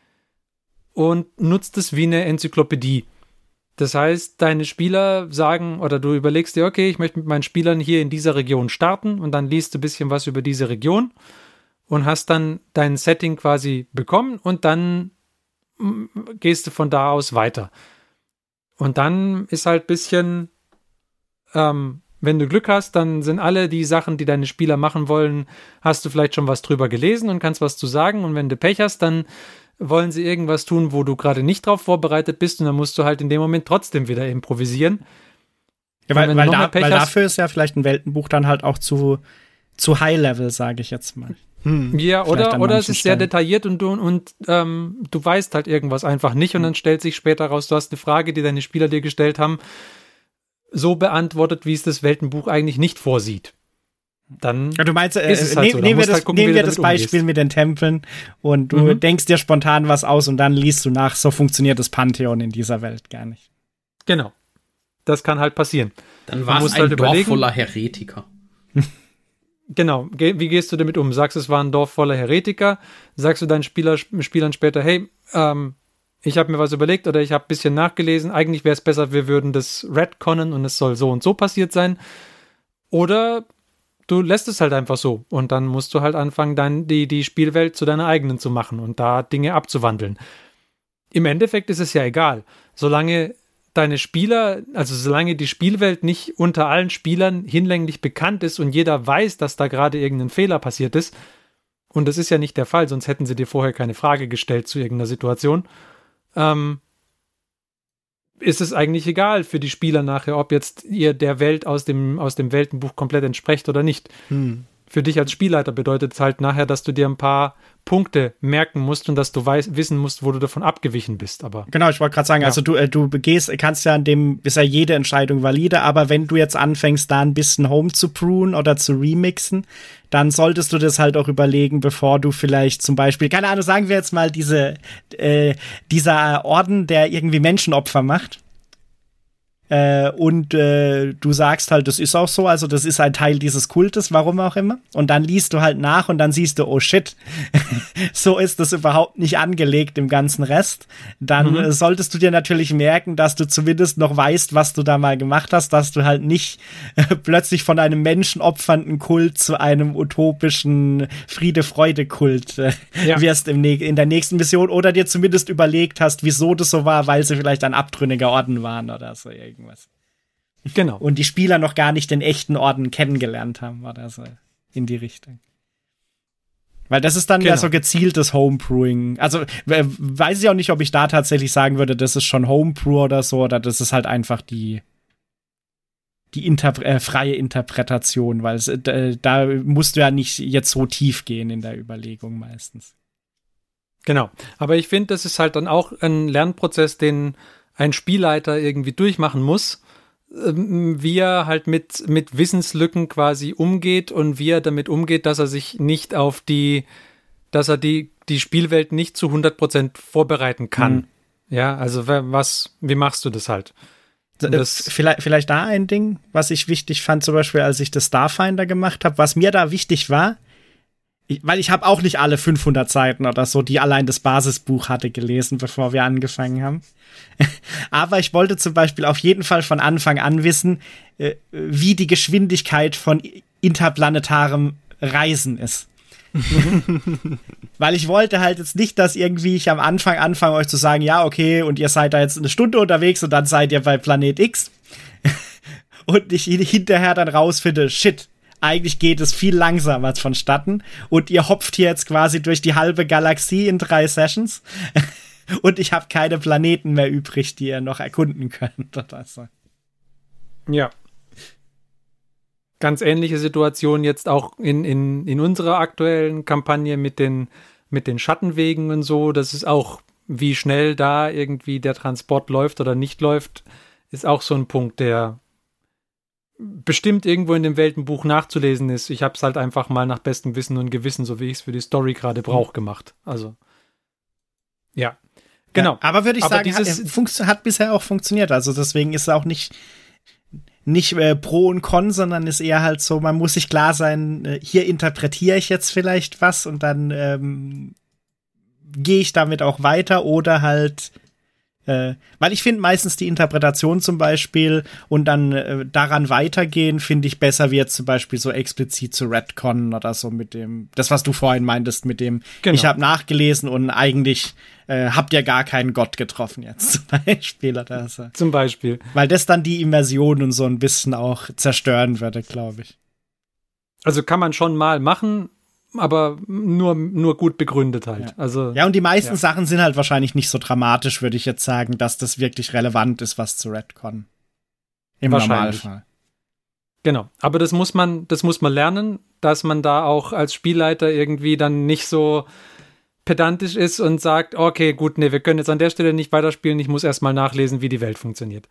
und nutzt es wie eine Enzyklopädie. Das heißt, deine Spieler sagen, oder du überlegst dir, okay, ich möchte mit meinen Spielern hier in dieser Region starten und dann liest du ein bisschen was über diese Region und hast dann dein Setting quasi bekommen und dann gehst du von da aus weiter. Und dann ist halt ein bisschen, wenn du Glück hast, dann sind alle die Sachen, die deine Spieler machen wollen, hast du vielleicht schon was drüber gelesen und kannst was zu sagen. Und wenn du Pech hast, dann wollen sie irgendwas tun, wo du gerade nicht drauf vorbereitet bist und dann musst du halt in dem Moment trotzdem wieder improvisieren. Ja, weil dafür ist ja vielleicht ein Weltenbuch dann halt auch zu High-Level, sage ich jetzt mal. Ja, oder es ist sehr detailliert und du weißt halt irgendwas einfach nicht und dann stellt sich später raus, du hast eine Frage, die deine Spieler dir gestellt haben, so beantwortet, wie es das Weltenbuch eigentlich nicht vorsieht. Dann ja, du meinst, ist es halt so. nehmen wir das Beispiel mit den Tempeln und du denkst dir spontan was aus und dann liest du nach, so funktioniert das Pantheon in dieser Welt gar nicht. Genau. Das kann halt passieren. Dann war es ein Dorf voller Heretiker. Genau, wie gehst du damit um? Sagst du, es war ein Dorf voller Heretiker? Sagst du deinen Spielern später, hey, ich habe mir was überlegt oder ich habe ein bisschen nachgelesen, eigentlich wäre es besser, wir würden das retconnen und es soll so und so passiert sein. Oder du lässt es halt einfach so und dann musst du halt anfangen, die Spielwelt zu deiner eigenen zu machen und da Dinge abzuwandeln. Im Endeffekt ist es ja egal, solange deine Spieler, also solange die Spielwelt nicht unter allen Spielern hinlänglich bekannt ist und jeder weiß, dass da gerade irgendein Fehler passiert ist, und das ist ja nicht der Fall, sonst hätten sie dir vorher keine Frage gestellt zu irgendeiner Situation, ist es eigentlich egal für die Spieler nachher, ob jetzt ihr der Welt aus dem Weltenbuch komplett entsprecht oder nicht. Für dich als Spielleiter bedeutet es halt nachher, dass du dir ein paar Punkte merken musst und dass du wissen musst, wo du davon abgewichen bist. Aber genau, ich wollte gerade sagen, also du kannst ja ist ja jede Entscheidung valide, aber wenn du jetzt anfängst, da ein bisschen home zu brewen oder zu remixen, dann solltest du das halt auch überlegen, bevor du vielleicht zum Beispiel, keine Ahnung, sagen wir jetzt mal dieser Orden, der irgendwie Menschenopfer macht. Und du sagst halt, das ist auch so, also das ist ein Teil dieses Kultes, warum auch immer. Und dann liest du halt nach und dann siehst du, oh shit, so ist das überhaupt nicht angelegt im ganzen Rest. Dann solltest du dir natürlich merken, dass du zumindest noch weißt, was du da mal gemacht hast, dass du halt nicht plötzlich von einem menschenopfernden Kult zu einem utopischen Friede-Freude-Kult wirst in der nächsten Mission oder dir zumindest überlegt hast, wieso das so war, weil sie vielleicht ein abtrünniger Orden waren oder so irgendwas. Genau. Und die Spieler noch gar nicht den echten Orden kennengelernt haben oder so in die Richtung. Weil das ist dann ja so gezieltes Homebrewing. Also weiß ich auch nicht, ob ich da tatsächlich sagen würde, das ist schon Homebrew oder so, oder das ist halt einfach die freie Interpretation, weil da musst du ja nicht jetzt so tief gehen in der Überlegung meistens. Genau. Aber ich finde, das ist halt dann auch ein Lernprozess, den ein Spielleiter irgendwie durchmachen muss, wie er halt mit Wissenslücken quasi umgeht und wie er damit umgeht, dass er sich nicht dass er die Spielwelt nicht zu 100% vorbereiten kann. Ja, also wie machst du das halt? Vielleicht da ein Ding, was ich wichtig fand, zum Beispiel, als ich das Starfinder gemacht habe, was mir da wichtig war, weil ich habe auch nicht alle 500 Seiten oder so, die allein das Basisbuch hatte, gelesen, bevor wir angefangen haben. Aber ich wollte zum Beispiel auf jeden Fall von Anfang an wissen, wie die Geschwindigkeit von interplanetarem Reisen ist. Weil ich wollte halt jetzt nicht, dass irgendwie ich am Anfang anfange, euch zu sagen, ja, okay, und ihr seid da jetzt eine Stunde unterwegs und dann seid ihr bei Planet X. Und ich hinterher dann rausfinde, shit, eigentlich geht es viel langsamer vonstatten und ihr hopft hier jetzt quasi durch die halbe Galaxie in 3 Sessions und ich habe keine Planeten mehr übrig, die ihr noch erkunden könnt. Oder so. Ja. ganz ähnliche Situation jetzt auch in unserer aktuellen Kampagne mit den Schattenwegen und so. Das ist auch, wie schnell da irgendwie der Transport läuft oder nicht läuft, ist auch so ein Punkt, der bestimmt irgendwo in dem Weltenbuch nachzulesen ist. Ich habe es halt einfach mal nach bestem Wissen und Gewissen, so wie ich es für die Story gerade brauche, gemacht. Also, ja. Genau. Ja, aber würde ich aber sagen, hat bisher auch funktioniert. Also deswegen ist es auch nicht pro und con, sondern ist eher halt so, man muss sich klar sein, hier interpretiere ich jetzt vielleicht was und dann gehe ich damit auch weiter oder halt weil ich finde meistens die Interpretation zum Beispiel und dann daran weitergehen, finde ich besser, wie jetzt zum Beispiel so explizit zu Retcon oder so mit dem, das was du vorhin meintest, mit dem, genau. Ich habe nachgelesen und eigentlich habt ihr gar keinen Gott getroffen jetzt zum Beispiel. Oder so. Zum Beispiel. Weil das dann die Immersion und so ein bisschen auch zerstören würde, glaube ich. Also kann man schon mal machen, aber nur gut begründet halt. Ja. Also, ja, und die meisten Sachen sind halt wahrscheinlich nicht so dramatisch, würde ich jetzt sagen, dass das wirklich relevant ist, was zu Retcon. Im Normalfall. Genau, aber das muss man lernen, dass man da auch als Spielleiter irgendwie dann nicht so pedantisch ist und sagt, okay, gut, nee, wir können jetzt an der Stelle nicht weiterspielen, ich muss erstmal nachlesen, wie die Welt funktioniert.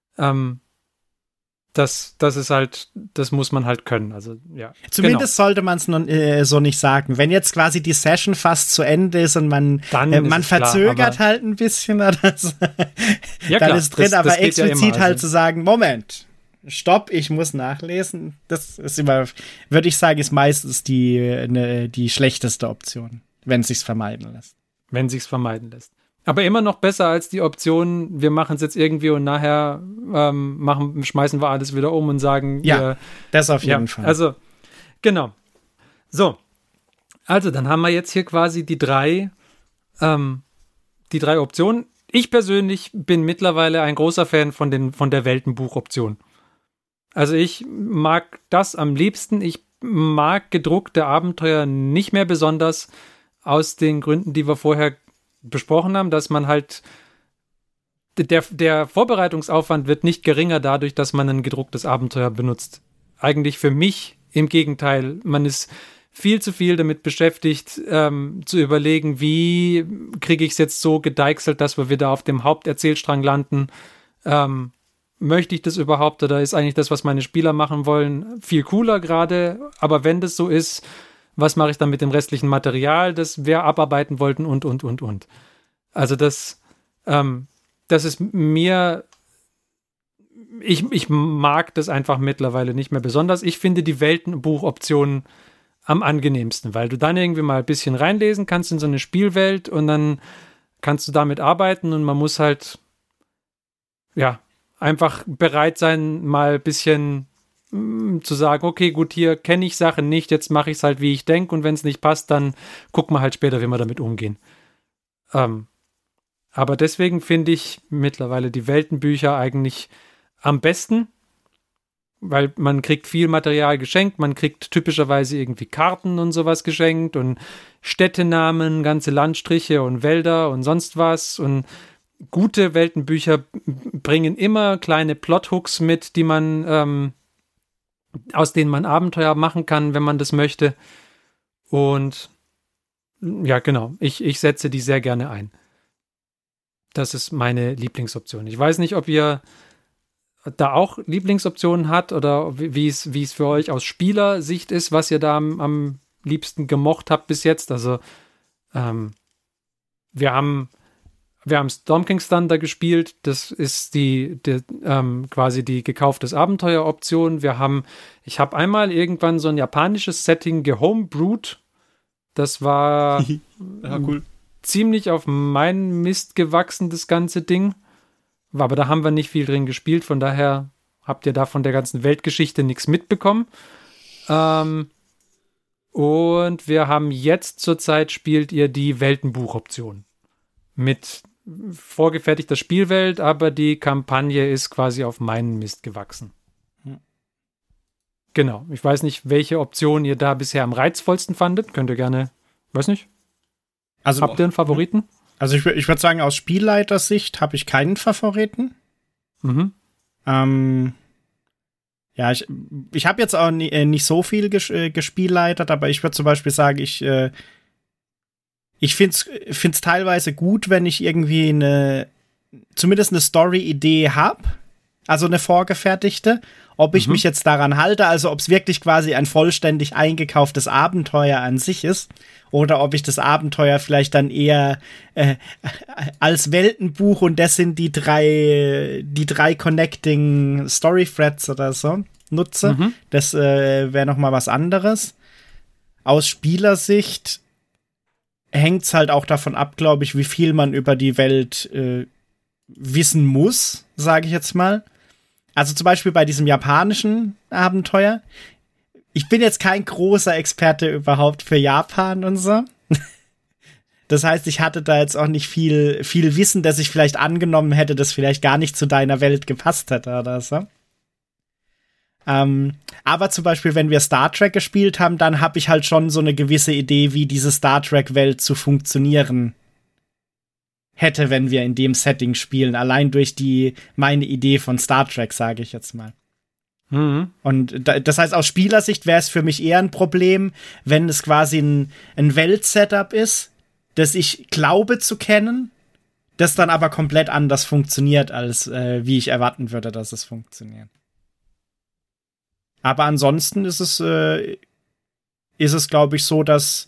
Das ist halt, das muss man halt können. Also, ja. Zumindest sollte man es so nicht sagen. Wenn jetzt quasi die Session fast zu Ende ist und man verzögert klar, halt ein bisschen oder so, dann ist drin, aber explizit halt zu sagen, Moment, stopp, ich muss nachlesen. Das ist immer, würde ich sagen, ist meistens die schlechteste Option, wenn es sich vermeiden lässt. Aber immer noch besser als die Option, wir machen es jetzt irgendwie und nachher schmeißen wir alles wieder um und sagen, das auf jeden Fall. Also, genau. So. Also, dann haben wir jetzt hier quasi die drei Optionen. Ich persönlich bin mittlerweile ein großer Fan von der Weltenbuch-Option. Also, ich mag das am liebsten. Ich mag gedruckte Abenteuer nicht mehr besonders aus den Gründen, die wir vorher besprochen haben, dass man halt der Vorbereitungsaufwand wird nicht geringer dadurch, dass man ein gedrucktes Abenteuer benutzt. Eigentlich für mich im Gegenteil. Man ist viel zu viel damit beschäftigt, zu überlegen, wie kriege ich es jetzt so gedeichselt, dass wir wieder auf dem Haupterzählstrang landen. Möchte ich das überhaupt oder ist eigentlich das, was meine Spieler machen wollen, viel cooler gerade? Aber wenn das so ist, was mache ich dann mit dem restlichen Material, das wir abarbeiten wollten und. Also das ist mir, ich mag das einfach mittlerweile nicht mehr besonders. Ich finde die Weltenbuchoptionen am angenehmsten, weil du dann irgendwie mal ein bisschen reinlesen kannst in so eine Spielwelt und dann kannst du damit arbeiten und man muss halt einfach bereit sein, mal ein bisschen zu sagen, okay, gut, hier kenne ich Sachen nicht, jetzt mache ich es halt, wie ich denke und wenn es nicht passt, dann gucken wir halt später, wie wir damit umgehen. Aber deswegen finde ich mittlerweile die Weltenbücher eigentlich am besten, weil man kriegt viel Material geschenkt, man kriegt typischerweise irgendwie Karten und sowas geschenkt und Städtenamen, ganze Landstriche und Wälder und sonst was und gute Weltenbücher bringen immer kleine Plothooks mit, die man aus denen man Abenteuer machen kann, wenn man das möchte. Und ja, genau, ich setze die sehr gerne ein. Das ist meine Lieblingsoption. Ich weiß nicht, ob ihr da auch Lieblingsoptionen habt oder wie es für euch aus Spielersicht ist, was ihr da am liebsten gemocht habt bis jetzt. Also wir haben Storm King's Thunder gespielt. Das ist quasi die gekauftes Abenteuer-Option. Ich habe einmal irgendwann so ein japanisches Setting gehomebrewt. Das war cool. Ziemlich auf meinen Mist gewachsen, das ganze Ding. Aber da haben wir nicht viel drin gespielt. Von daher habt ihr da von der ganzen Weltgeschichte nichts mitbekommen. Und wir haben jetzt zurzeit spielt ihr die Weltenbuch-Option. Mit vorgefertigter Spielwelt, aber die Kampagne ist quasi auf meinen Mist gewachsen. Genau. Ich weiß nicht, welche Option ihr da bisher am reizvollsten fandet. Könnt ihr gerne, weiß nicht. Also, habt ihr einen Favoriten? Also ich würde sagen, aus Spielleitersicht habe ich keinen Favoriten. Mhm. Ja, ich habe jetzt auch nicht so viel gespielleitet, aber ich würde zum Beispiel sagen, ich find's teilweise gut, wenn ich irgendwie zumindest eine Story-Idee habe, also eine vorgefertigte, ob ich mich jetzt daran halte, also ob es wirklich quasi ein vollständig eingekauftes Abenteuer an sich ist oder ob ich das Abenteuer vielleicht dann eher als Weltenbuch und das sind die drei Connecting Story Threads oder so nutze. Das wäre noch mal was anderes. Aus Spielersicht hängt's halt auch davon ab, glaube ich, wie viel man über die Welt wissen muss, sage ich jetzt mal. Also zum Beispiel bei diesem japanischen Abenteuer. Ich bin jetzt kein großer Experte überhaupt für Japan und so. Das heißt, ich hatte da jetzt auch nicht viel Wissen, dass ich vielleicht angenommen hätte, das vielleicht gar nicht zu deiner Welt gepasst hätte oder so. Aber zum Beispiel, wenn wir Star Trek gespielt haben, dann habe ich halt schon so eine gewisse Idee, wie diese Star Trek-Welt zu funktionieren hätte, wenn wir in dem Setting spielen. Allein durch meine Idee von Star Trek, sage ich jetzt mal. Und das heißt, aus Spielersicht wäre es für mich eher ein Problem, wenn es quasi ein Weltsetup ist, das ich glaube zu kennen, das dann aber komplett anders funktioniert, als wie ich erwarten würde, dass es funktioniert. Aber ansonsten ist es, glaube ich, so, dass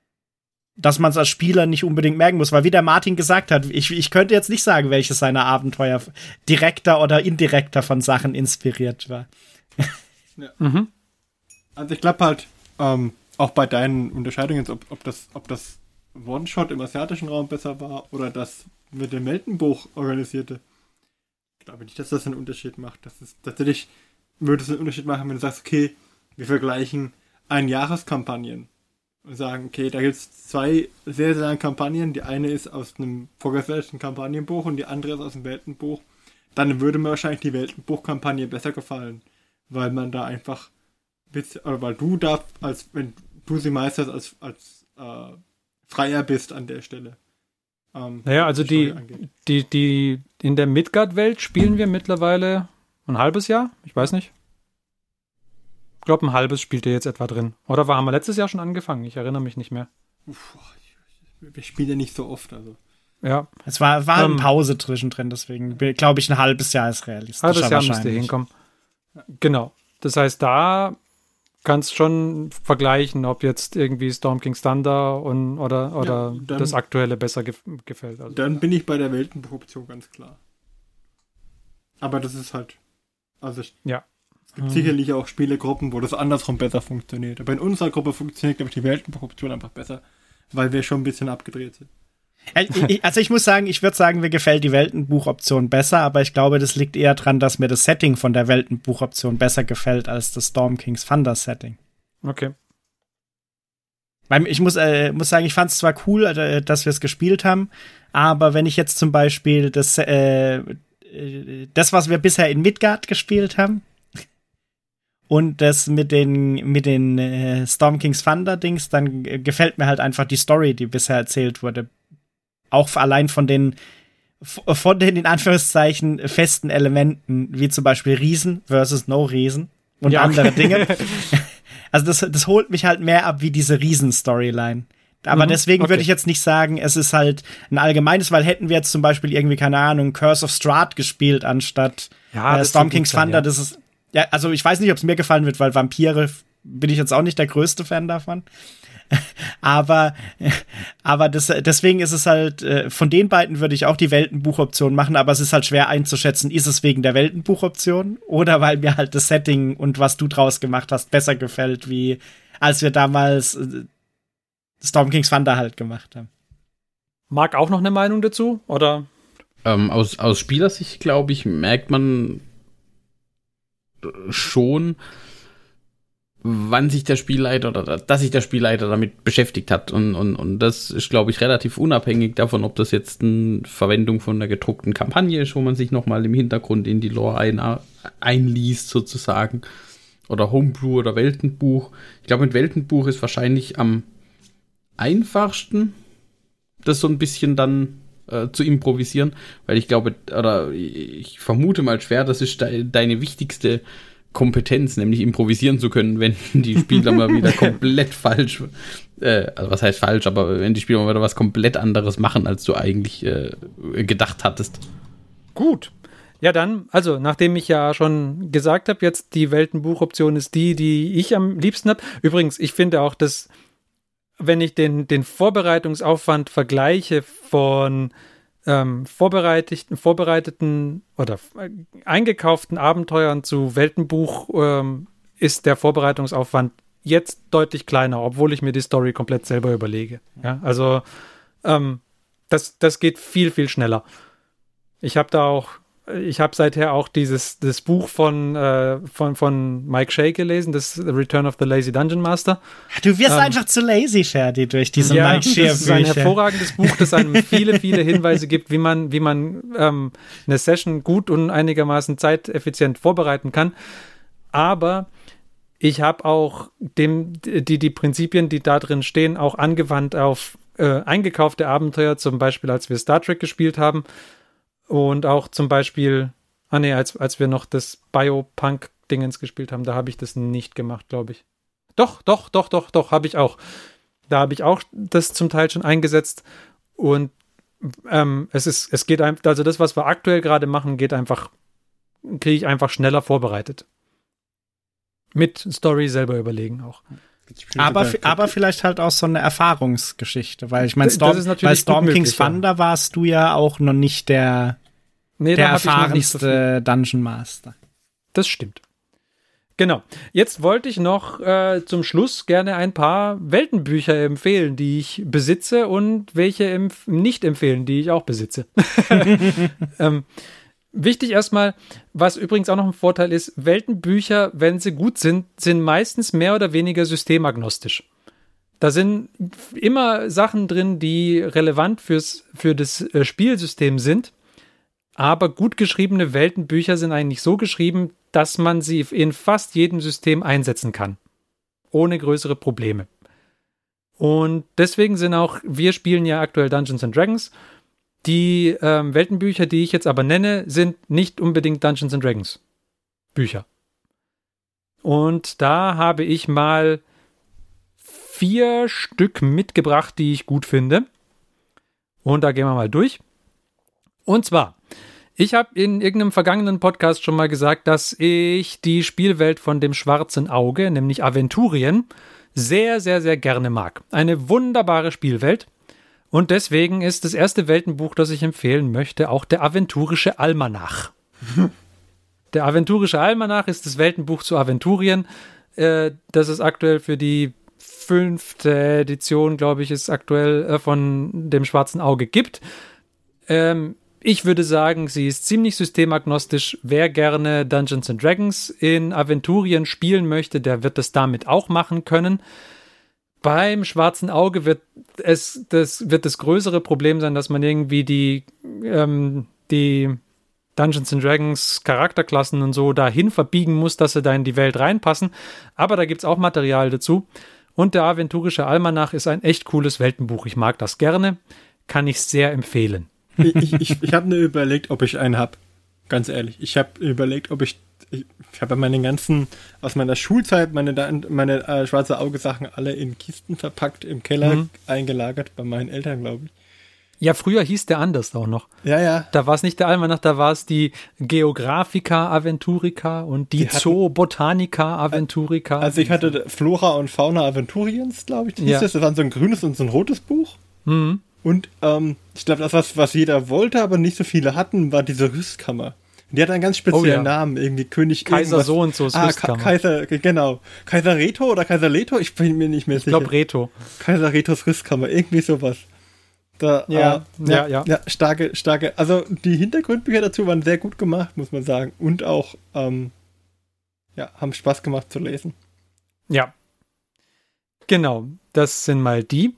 man es als Spieler nicht unbedingt merken muss. Weil wie der Martin gesagt hat, ich könnte jetzt nicht sagen, welches seiner Abenteuer direkter oder indirekter von Sachen inspiriert war. Ja. Also ich glaube halt, auch bei deinen Unterscheidungen, ob das One-Shot im asiatischen Raum besser war oder das mit dem Weltenbuch organisierte. Ich glaube nicht, dass das einen Unterschied macht. Das ist tatsächlich, würde es einen Unterschied machen, wenn du sagst, okay, wir vergleichen Einjahreskampagnen und sagen, okay, da gibt es 2 sehr, sehr lange Kampagnen. Die eine ist aus einem vorgefertigten Kampagnenbuch und die andere ist aus dem Weltenbuch. Dann würde mir wahrscheinlich die Weltenbuch-Kampagne besser gefallen, weil man da einfach, oder weil du da, als wenn du sie meisterst, als freier bist an der Stelle. Naja, also die in der Midgard-Welt spielen wir mittlerweile ein halbes Jahr? Ich weiß nicht. Ich glaube, ein halbes spielt ihr jetzt etwa drin. Oder haben wir letztes Jahr schon angefangen? Ich erinnere mich nicht mehr. Wir spielen ja nicht so oft, also. Ja. Es war eine Pause zwischendrin, deswegen glaube ich, ein halbes Jahr ist realistisch. Halbes Jahr müsste hinkommen. Genau. Das heißt, da kannst schon vergleichen, ob jetzt irgendwie Storm King's Thunder oder dann, das Aktuelle besser gefällt. Also. Dann bin ich bei der Weltenbuch-Option ganz klar. Aber das ist halt, also es gibt sicherlich auch Spielegruppen, wo das andersrum besser funktioniert. Aber in unserer Gruppe funktioniert, glaube ich, die Weltenbuch-Option einfach besser, weil wir schon ein bisschen abgedreht sind. Also ich muss sagen, ich würde sagen, mir gefällt die Weltenbuch-Option besser, aber ich glaube, das liegt eher dran, dass mir das Setting von der Weltenbuch-Option besser gefällt als das Storm King's Thunder Setting. Okay. Weil ich muss sagen, ich fand es zwar cool, dass wir es gespielt haben, aber wenn ich jetzt zum Beispiel das, was wir bisher in Midgard gespielt haben und das mit den Storm King's Thunder Dings, dann gefällt mir halt einfach die Story, die bisher erzählt wurde. Auch allein von den in Anführungszeichen festen Elementen, wie zum Beispiel Riesen versus No Riesen und andere Dinge. Also das holt mich halt mehr ab wie diese Riesen-Storyline. Aber deswegen würde ich jetzt nicht sagen, es ist halt ein allgemeines, weil hätten wir jetzt zum Beispiel irgendwie, keine Ahnung, Curse of Strahd gespielt anstatt Storm King's Thunder, das ist, ja, also ich weiß nicht, ob es mir gefallen wird, weil Vampire bin ich jetzt auch nicht der größte Fan davon. aber deswegen ist es halt, von den beiden würde ich auch die Weltenbuchoption machen, aber es ist halt schwer einzuschätzen, ist es wegen der Weltenbuchoption oder weil mir halt das Setting und was du draus gemacht hast besser gefällt, wie als wir damals Storm King's Thunder halt gemacht haben. Marc auch noch eine Meinung dazu, oder? Aus Spielersicht, glaube ich, merkt man schon, wann sich der Spielleiter oder dass sich der Spielleiter damit beschäftigt hat. Und das ist, glaube ich, relativ unabhängig davon, ob das jetzt eine Verwendung von einer gedruckten Kampagne ist, wo man sich nochmal im Hintergrund in die Lore einliest, sozusagen. Oder Homebrew oder Weltenbuch. Ich glaube, mit Weltenbuch ist wahrscheinlich am einfachsten, das so ein bisschen dann zu improvisieren, weil ich glaube, oder ich vermute mal schwer, das ist deine wichtigste Kompetenz, nämlich improvisieren zu können, wenn die Spieler mal wieder komplett falsch, also was heißt falsch, aber wenn die Spieler mal wieder was komplett anderes machen, als du eigentlich gedacht hattest. Gut. Ja, dann, also nachdem ich ja schon gesagt habe, jetzt die Weltenbuchoption ist die ich am liebsten habe. Übrigens, ich finde auch, dass, wenn ich den Vorbereitungsaufwand vergleiche von vorbereiteten oder eingekauften Abenteuern zu Weltenbuch, ist der Vorbereitungsaufwand jetzt deutlich kleiner, obwohl ich mir die Story komplett selber überlege. Ja, also das geht viel, viel schneller. Ich habe seither auch das Buch von Mike Shea gelesen, das The Return of the Lazy Dungeon Master. Du wirst einfach zu lazy, Sherdy, durch diese Mike Shea Bücher. Das ist ein hervorragendes Buch, das einem viele, viele Hinweise gibt, wie man eine Session gut und einigermaßen zeiteffizient vorbereiten kann. Aber ich habe auch die Prinzipien, die da drin stehen, auch angewandt auf eingekaufte Abenteuer, zum Beispiel als wir Star Trek gespielt haben. Und auch zum Beispiel, als wir noch das Biopunk-Dingens gespielt haben, da habe ich das nicht gemacht, glaube ich. Doch, habe ich auch. Da habe ich auch das zum Teil schon eingesetzt. Und es geht einfach, also das, was wir aktuell gerade machen, kriege ich einfach schneller vorbereitet. Mit Story selber überlegen auch. Aber vielleicht halt auch so eine Erfahrungsgeschichte, weil ich meine, bei Storm King's Thunder warst du ja auch noch nicht der erfahrenste Dungeon Master. Das stimmt. Genau. Jetzt wollte ich noch zum Schluss gerne ein paar Weltenbücher empfehlen, die ich besitze, und welche nicht empfehlen, die ich auch besitze. Wichtig erstmal, was übrigens auch noch ein Vorteil ist, Weltenbücher, wenn sie gut sind meistens mehr oder weniger systemagnostisch. Da sind immer Sachen drin, die relevant für das Spielsystem sind, aber gut geschriebene Weltenbücher sind eigentlich so geschrieben, dass man sie in fast jedem System einsetzen kann. Ohne größere Probleme. Und deswegen wir spielen ja aktuell Dungeons & Dragons. Die Weltenbücher, die ich jetzt aber nenne, sind nicht unbedingt Dungeons & Dragons Bücher. Und da habe ich mal 4 Stück mitgebracht, die ich gut finde. Und da gehen wir mal durch. Und zwar, ich habe in irgendeinem vergangenen Podcast schon mal gesagt, dass ich die Spielwelt von dem schwarzen Auge, nämlich Aventurien, sehr, sehr, sehr gerne mag. Eine wunderbare Spielwelt. Und deswegen ist das erste Weltenbuch, das ich empfehlen möchte, auch der Aventurische Almanach. Der Aventurische Almanach ist das Weltenbuch zu Aventurien. Das ist aktuell für die 5. Edition, glaube ich, ist aktuell von dem Schwarzen Auge gibt. Ich würde sagen, sie ist ziemlich systemagnostisch. Wer gerne Dungeons & Dragons in Aventurien spielen möchte, der wird es damit auch machen können. Beim Schwarzen Auge wird das größere Problem sein, dass man irgendwie die Dungeons & Dragons Charakterklassen und so dahin verbiegen muss, dass sie da in die Welt reinpassen. Aber da gibt es auch Material dazu. Und der Aventurische Almanach ist ein echt cooles Weltenbuch. Ich mag das gerne. Kann ich sehr empfehlen. Ich habe mir überlegt, ob ich einen habe. Ganz ehrlich. Ich habe überlegt, ob ich habe meine ganzen, aus meiner Schulzeit, meine schwarze Auge-Sachen alle in Kisten verpackt, im Keller eingelagert, bei meinen Eltern, glaube ich. Ja, früher hieß der anders auch noch. Ja. Da war es nicht der Almanach, da war es die Geographica Aventurica und die Zoobotanica Aventurica. Also ich hatte Flora und Fauna Aventuriens, glaube ich. Das war so ein grünes und so ein rotes Buch. Mhm. Und ich glaube, das, was jeder wollte, aber nicht so viele hatten, war diese Rüstkammer. Die hat einen ganz speziellen Namen, irgendwie König Kaiser so und so ist Rüstkammer. Kaiser, genau. Kaiser Reto oder Kaiser Leto? Ich bin mir nicht mehr sicher. Ich glaube Reto. Kaiser Retos Rüstkammer, irgendwie sowas. Ja, starke. Also die Hintergrundbücher dazu waren sehr gut gemacht, muss man sagen. Und auch, haben Spaß gemacht zu lesen. Ja. Genau, das sind mal die.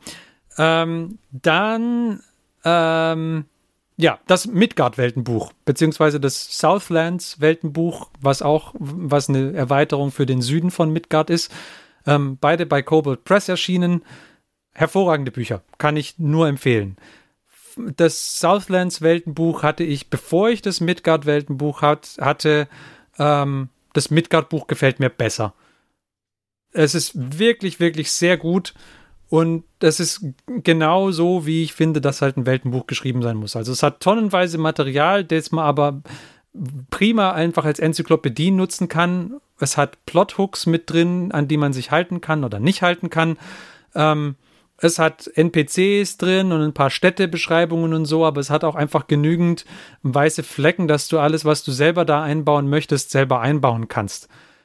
Das Midgard-Weltenbuch, beziehungsweise das Southlands-Weltenbuch, was eine Erweiterung für den Süden von Midgard ist. Beide bei Kobold Press erschienen. Hervorragende Bücher, kann ich nur empfehlen. Das Southlands-Weltenbuch hatte ich, bevor ich das Midgard-Weltenbuch hatte. Das das Midgard-Buch gefällt mir besser. Es ist wirklich, wirklich sehr gut und das ist genau so, wie ich finde, dass halt ein Weltenbuch geschrieben sein muss. Also es hat tonnenweise Material, das man aber prima einfach als Enzyklopädie nutzen kann. Es hat Plothooks mit drin, an die man sich halten kann oder nicht halten kann. Es hat NPCs drin und ein paar Städtebeschreibungen und so, aber es hat auch einfach genügend weiße Flecken, dass du alles, was du selber da einbauen möchtest, selber einbauen kannst.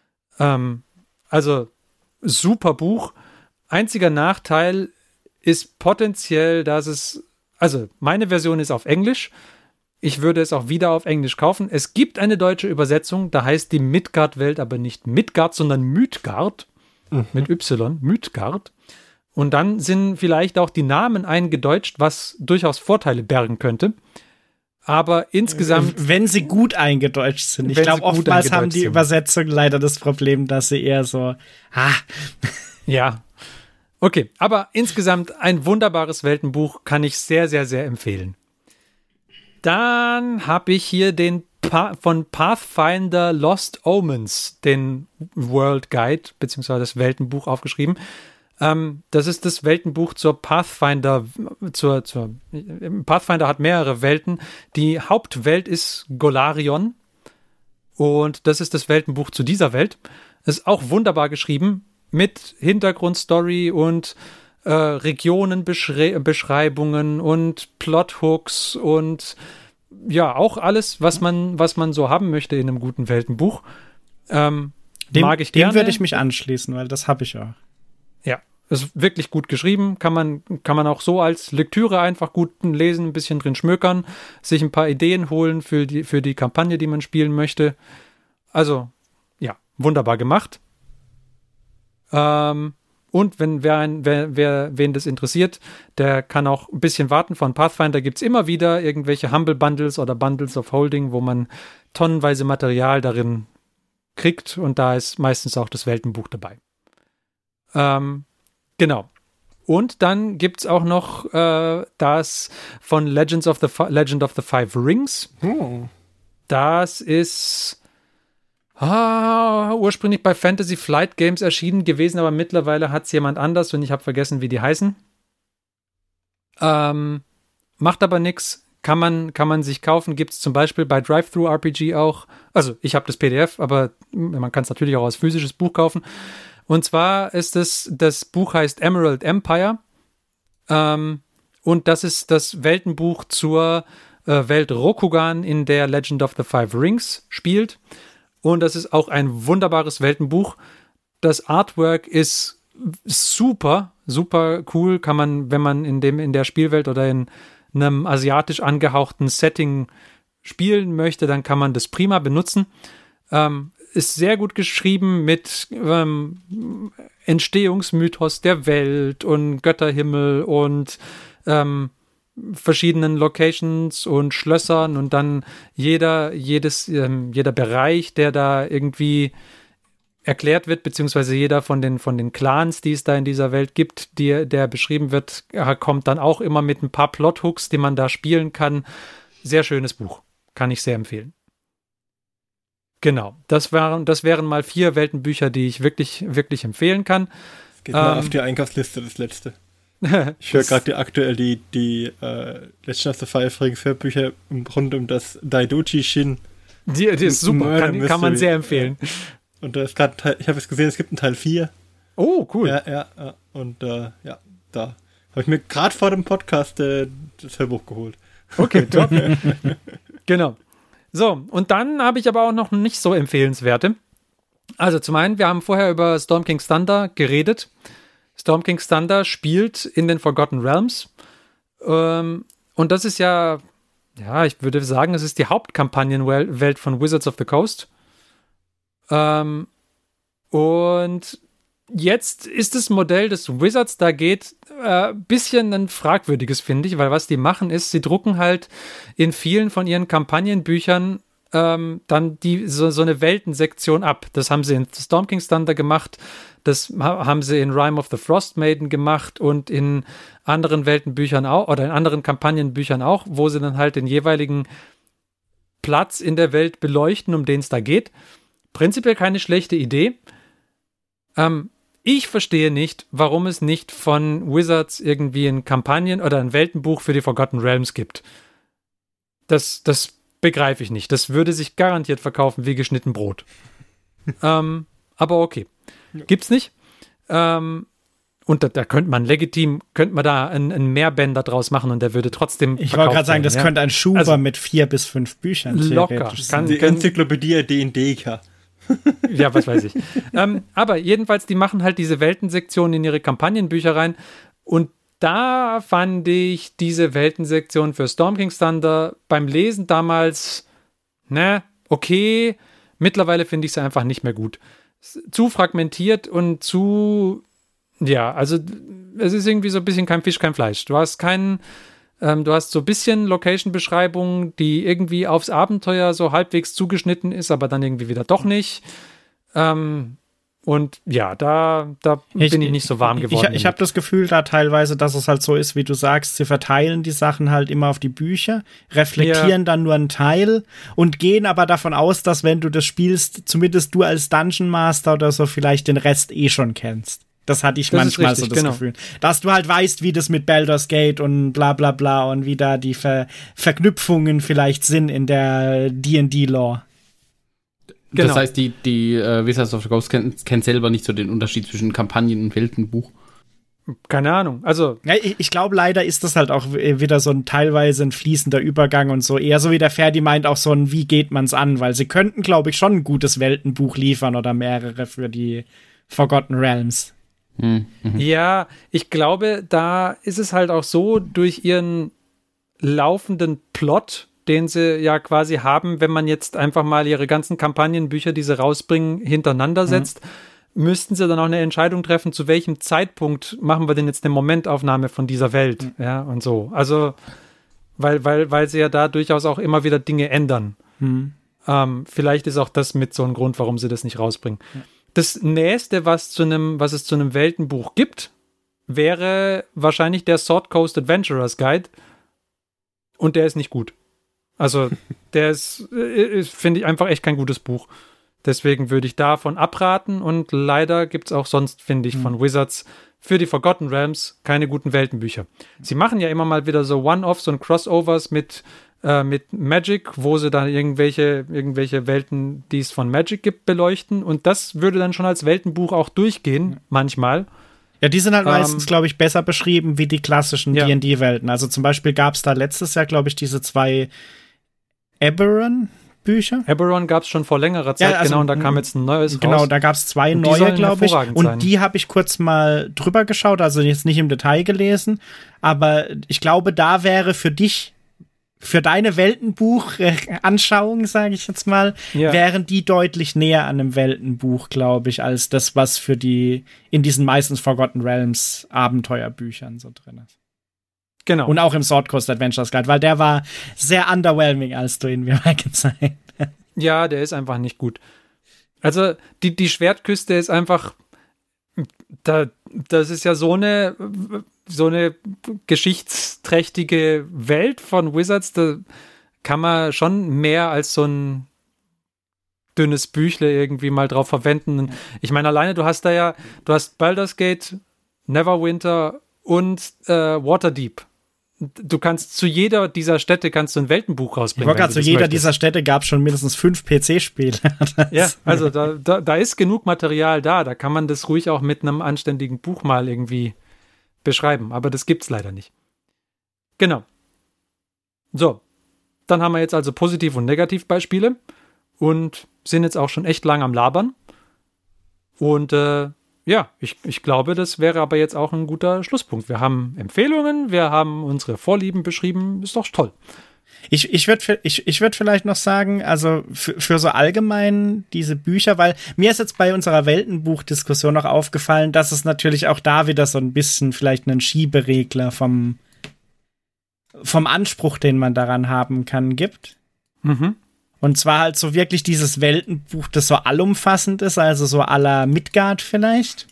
Also super Buch. Einziger Nachteil ist potenziell, dass es, also meine Version ist auf Englisch. Ich würde es auch wieder auf Englisch kaufen. Es gibt eine deutsche Übersetzung, da heißt die Midgard-Welt aber nicht Midgard, sondern Mythgard. Mit Y, Mythgard. Und dann sind vielleicht auch die Namen eingedeutscht, was durchaus Vorteile bergen könnte. Aber insgesamt... Wenn sie gut eingedeutscht sind. Ich glaube, oftmals haben die Übersetzungen leider das Problem, dass sie eher so... Ja. Okay, aber insgesamt ein wunderbares Weltenbuch, kann ich sehr, sehr, sehr empfehlen. Dann habe ich hier den von Pathfinder Lost Omens, den World Guide, beziehungsweise das Weltenbuch aufgeschrieben. Das ist das Weltenbuch zur Pathfinder. Pathfinder hat mehrere Welten. Die Hauptwelt ist Golarion. Und das ist das Weltenbuch zu dieser Welt. Ist auch wunderbar geschrieben mit Hintergrundstory und Regionenbeschreibungen und Plothooks und ja, auch alles, was man so haben möchte in einem guten Weltenbuch. Mag ich gerne. Dem würde ich mich anschließen, weil das habe ich auch. Ja, ist wirklich gut geschrieben. Kann man auch so als Lektüre einfach gut lesen, ein bisschen drin schmökern, sich ein paar Ideen holen für die Kampagne, die man spielen möchte. Also, ja, wunderbar gemacht. Und wen das interessiert, der kann auch ein bisschen warten. Von Pathfinder gibt es immer wieder irgendwelche Humble Bundles oder Bundles of Holding, wo man tonnenweise Material darin kriegt und da ist meistens auch das Weltenbuch dabei. Genau. Und dann gibt es auch noch das von Legend of the Five Rings. Das ist ursprünglich bei Fantasy Flight Games erschienen gewesen, aber mittlerweile hat es jemand anders und ich habe vergessen, wie die heißen. Macht aber nichts. Kann man sich kaufen. Gibt es zum Beispiel bei Drive-Thru-RPG auch. Also ich habe das PDF, aber man kann es natürlich auch als physisches Buch kaufen. Und zwar ist das Buch heißt Emerald Empire. Und das ist das Weltenbuch zur Welt Rokugan, in der Legend of the Five Rings spielt. Und das ist auch ein wunderbares Weltenbuch. Das Artwork ist super, super cool. Kann man, wenn man in der Spielwelt oder in einem asiatisch angehauchten Setting spielen möchte, dann kann man das prima benutzen. Ist sehr gut geschrieben mit Entstehungsmythos der Welt und Götterhimmel und verschiedenen Locations und Schlössern und dann jeder Bereich, der da irgendwie erklärt wird, beziehungsweise jeder von den Clans, die es da in dieser Welt gibt, der beschrieben wird, kommt dann auch immer mit ein paar Plothooks, die man da spielen kann. Sehr schönes Buch. Kann ich sehr empfehlen. Genau. Das wären mal 4 Weltenbücher, die ich wirklich, wirklich empfehlen kann. Geht mal auf die Einkaufsliste, das letzte. Ich höre gerade aktuell die Legend of the Five Rings Hörbücher rund um das Daidoji Shin. Die ist super, kann man sehr empfehlen. Und da ist gerade, ich habe es gesehen, es gibt einen Teil 4. Oh, cool. Ja. Und da habe ich mir gerade vor dem Podcast das Hörbuch geholt. Okay, top. Genau. So, und dann habe ich aber auch noch nicht so empfehlenswerte. Also zum einen, wir haben vorher über Storm King's Thunder geredet. Storm King's Thunder spielt in den Forgotten Realms. Und das ist ja, ich würde sagen, es ist die Hauptkampagnenwelt von Wizards of the Coast. Und jetzt ist das Modell des Wizards da geht bisschen ein fragwürdiges, finde ich, weil was die machen ist, sie drucken halt in vielen von ihren Kampagnenbüchern dann so eine Weltensektion ab. Das haben sie in Storm King's Thunder gemacht, das haben sie in Rime of the Frost Maiden gemacht und in anderen Weltenbüchern auch, oder in anderen Kampagnenbüchern auch, wo sie dann halt den jeweiligen Platz in der Welt beleuchten, um den es da geht. prinzipiell keine schlechte Idee. Ich verstehe nicht, warum es nicht von Wizards irgendwie ein Kampagnen- oder ein Weltenbuch für die Forgotten Realms gibt. Das begreife ich nicht. Das würde sich garantiert verkaufen wie geschnitten Brot. Aber okay. Gibt's nicht. Und da könnte man da einen Mehrbänder draus machen und der würde trotzdem Ich wollte gerade sagen, das könnte ein Schuber mit 4 bis 5 Büchern locker. Die Enzyklopädie D&D-K. Ja, was weiß ich. Aber jedenfalls, die machen halt diese Weltensektion in ihre Kampagnenbücher rein und da fand ich diese Weltensektion für Storm King's Thunder beim Lesen damals, okay. Mittlerweile finde ich sie einfach nicht mehr gut. Zu fragmentiert und also es ist irgendwie so ein bisschen kein Fisch, kein Fleisch. Du hast du hast so ein bisschen Location-Beschreibung, die irgendwie aufs Abenteuer so halbwegs zugeschnitten ist, aber dann irgendwie wieder doch nicht. Und ja, da bin ich nicht so warm geworden. Ich habe das Gefühl da teilweise, dass es halt so ist, wie du sagst, sie verteilen die Sachen halt immer auf die Bücher, reflektieren dann nur einen Teil und gehen aber davon aus, dass wenn du das spielst, zumindest du als Dungeon Master oder so vielleicht den Rest schon kennst. Das hatte ich manchmal richtig, so das Gefühl. Dass du halt weißt, wie das mit Baldur's Gate und bla bla bla und wie da die Verknüpfungen vielleicht sind in der D&D-Lore. Genau. Das heißt, die Wizards of the Coast kennt selber nicht so den Unterschied zwischen Kampagnen und Weltenbuch. Keine Ahnung. Also ja, ich glaube, leider ist das halt auch wieder so teilweise ein fließender Übergang und so. Eher so wie der Ferdi meint, auch so ein wie geht man's an? Weil sie könnten, glaube ich, schon ein gutes Weltenbuch liefern oder mehrere für die Forgotten Realms. Ja, ich glaube, da ist es halt auch so, durch ihren laufenden Plot, den sie ja quasi haben, wenn man jetzt einfach mal ihre ganzen Kampagnenbücher, die sie rausbringen, hintereinander setzt, müssten sie dann auch eine Entscheidung treffen, zu welchem Zeitpunkt machen wir denn jetzt eine Momentaufnahme von dieser Welt, ja, und so. Also, weil sie ja da durchaus auch immer wieder Dinge ändern. Vielleicht ist auch das mit so ein Grund, warum sie das nicht rausbringen. Das Nächste, was es zu einem Weltenbuch gibt, wäre wahrscheinlich der Sword Coast Adventurers Guide. Und der ist nicht gut. Also, der ist finde ich, einfach echt kein gutes Buch. Deswegen würde ich davon abraten. Und leider gibt es auch sonst, finde ich, von Wizards für die Forgotten Realms keine guten Weltenbücher. Sie machen ja immer mal wieder so One-Offs und Crossovers mit Magic, wo sie dann irgendwelche Welten, die es von Magic gibt, beleuchten. Und das würde dann schon als Weltenbuch auch durchgehen, manchmal. Ja, die sind halt meistens, glaube ich, besser beschrieben wie die klassischen D&D-Welten. Also zum Beispiel gab es da letztes Jahr, glaube ich, diese 2 Eberron-Bücher. Eberron gab es schon vor längerer Zeit, also, genau, und da kam jetzt ein neues raus. Genau, da gab es 2 neue, glaube ich. Und die habe ich kurz mal drüber geschaut, also jetzt nicht im Detail gelesen. Aber ich glaube, da wäre für dich, für deine Weltenbuch-Anschauung, sage ich jetzt mal, wären die deutlich näher an einem Weltenbuch, glaube ich, als das, was für die in diesen meistens Forgotten Realms Abenteuerbüchern so drin ist. Genau. Und auch im Sword Coast Adventures Guide, weil der war sehr underwhelming, als du ihn mir mal gezeigt hast. Ja, der ist einfach nicht gut. Also, die Schwertküste ist einfach, das ist ja so eine geschichtsträchtige Welt von Wizards, da kann man schon mehr als so ein dünnes Büchle irgendwie mal drauf verwenden. Ich meine, alleine, du hast Baldur's Gate, Neverwinter und Waterdeep. Du kannst zu jeder dieser Städte ein Weltenbuch rausbringen. Ich wollte gerade, zu jeder dieser Städte gab es schon mindestens 5 PC-Spiele. Ja, also da ist genug Material da kann man das ruhig auch mit einem anständigen Buch mal irgendwie beschreiben, aber das gibt's leider nicht. Genau. So, dann haben wir jetzt also Positiv- und Negativbeispiele und sind jetzt auch schon echt lang am Labern. Und ich glaube, das wäre aber jetzt auch ein guter Schlusspunkt. Wir haben Empfehlungen, wir haben unsere Vorlieben beschrieben, ist doch toll. Ich würd vielleicht noch sagen, also für so allgemein diese Bücher, weil mir ist jetzt bei unserer Weltenbuchdiskussion noch aufgefallen, dass es natürlich auch da wieder so ein bisschen vielleicht einen Schieberegler vom Anspruch, den man daran haben kann, gibt. Und zwar halt so wirklich dieses Weltenbuch, das so allumfassend ist, also so à la Midgard vielleicht.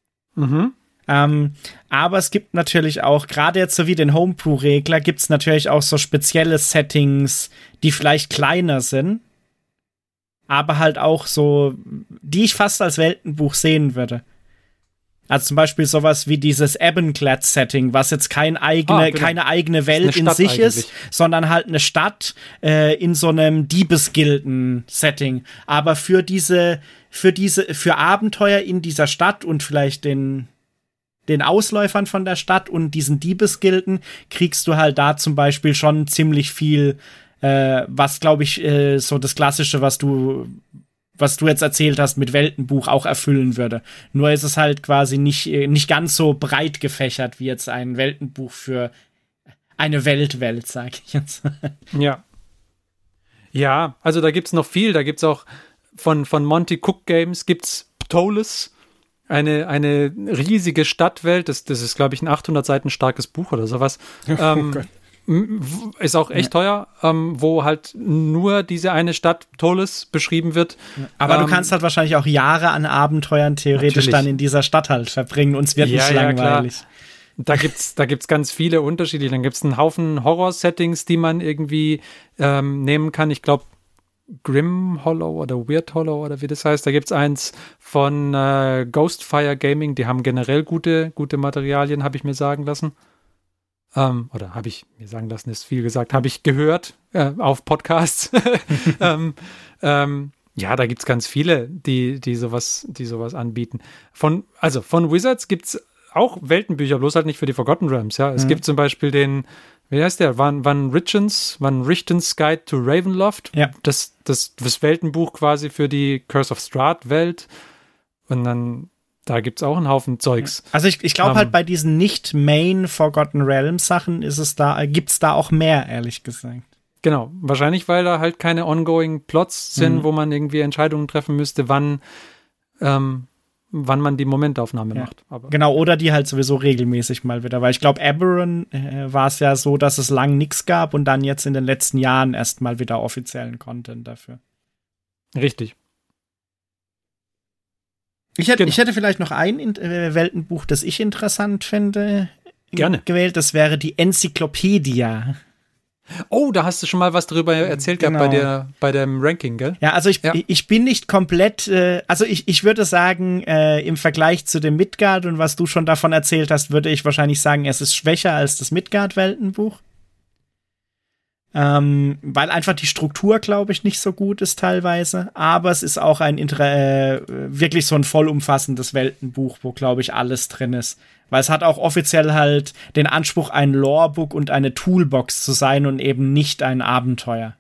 Aber es gibt natürlich auch, gerade jetzt so wie den Homebrew-Regler, gibt es natürlich auch so spezielle Settings, die vielleicht kleiner sind, aber halt auch so, die ich fast als Weltenbuch sehen würde. Also zum Beispiel sowas wie dieses Ebenclad-Setting, was jetzt keine eigene Welt in sich ist, sondern halt eine Stadt in so einem Diebesgilden-Setting. Aber für Abenteuer in dieser Stadt und vielleicht den Ausläufern von der Stadt und diesen Diebesgilden kriegst du halt da zum Beispiel schon ziemlich viel, was, glaube ich, so das Klassische, was du jetzt erzählt hast, mit Weltenbuch auch erfüllen würde. Nur ist es halt quasi nicht ganz so breit gefächert wie jetzt ein Weltenbuch für eine Welt, sag ich jetzt. Ja. Ja, also da gibt's noch viel. Da gibt's auch von Monty Cook Games gibt's Ptolus, eine riesige Stadtwelt. Das ist, glaube ich, ein 800 Seiten starkes Buch oder sowas. Ist auch echt teuer, wo halt nur diese eine Stadt Ptolus beschrieben wird. Aber du kannst halt wahrscheinlich auch Jahre an Abenteuern theoretisch dann in dieser Stadt halt verbringen und es wird nicht langweilig. Da gibt's ganz viele Unterschiede. Dann gibt's einen Haufen Horror-Settings, die man irgendwie nehmen kann. Ich glaube, Grim Hollow oder Weird Hollow oder wie das heißt. Da gibt's eins von Ghostfire Gaming. Die haben generell gute Materialien, habe ich mir sagen lassen. Oder habe ich mir sagen lassen, ist viel gesagt, habe ich gehört auf Podcasts. Ja, da gibt es ganz viele, die sowas anbieten. Von Wizards gibt es auch Weltenbücher, bloß halt nicht für die Forgotten Realms. Ja? Es gibt zum Beispiel den, wie heißt der? Van Richtens Guide to Ravenloft. Ja. Das Weltenbuch quasi für die Curse of Strahd Welt. Und dann da gibt's auch einen Haufen Zeugs. Also ich glaube halt bei diesen nicht-Main Forgotten Realms Sachen gibt's da auch mehr, ehrlich gesagt. Genau, wahrscheinlich, weil da halt keine ongoing Plots sind, wo man irgendwie Entscheidungen treffen müsste, wann man die Momentaufnahme macht. Aber genau, oder die halt sowieso regelmäßig mal wieder, weil ich glaube, Eberron war es ja so, dass es lang nichts gab und dann jetzt in den letzten Jahren erst mal wieder offiziellen Content dafür. Richtig. Ich hätte vielleicht noch ein Weltenbuch, das ich interessant finde, gewählt. Das wäre die Enzyklopädia. Oh, da hast du schon mal was darüber erzählt gehabt bei dem Ranking, gell? Ja, also ich bin nicht komplett, ich würde sagen, im Vergleich zu dem Midgard und was du schon davon erzählt hast, würde ich wahrscheinlich sagen, es ist schwächer als das Midgard-Weltenbuch. Weil einfach die Struktur, glaube ich, nicht so gut ist teilweise. Aber es ist auch wirklich so ein vollumfassendes Weltenbuch, wo, glaube ich, alles drin ist. Weil es hat auch offiziell halt den Anspruch, ein Lorebook und eine Toolbox zu sein und eben nicht ein Abenteuer.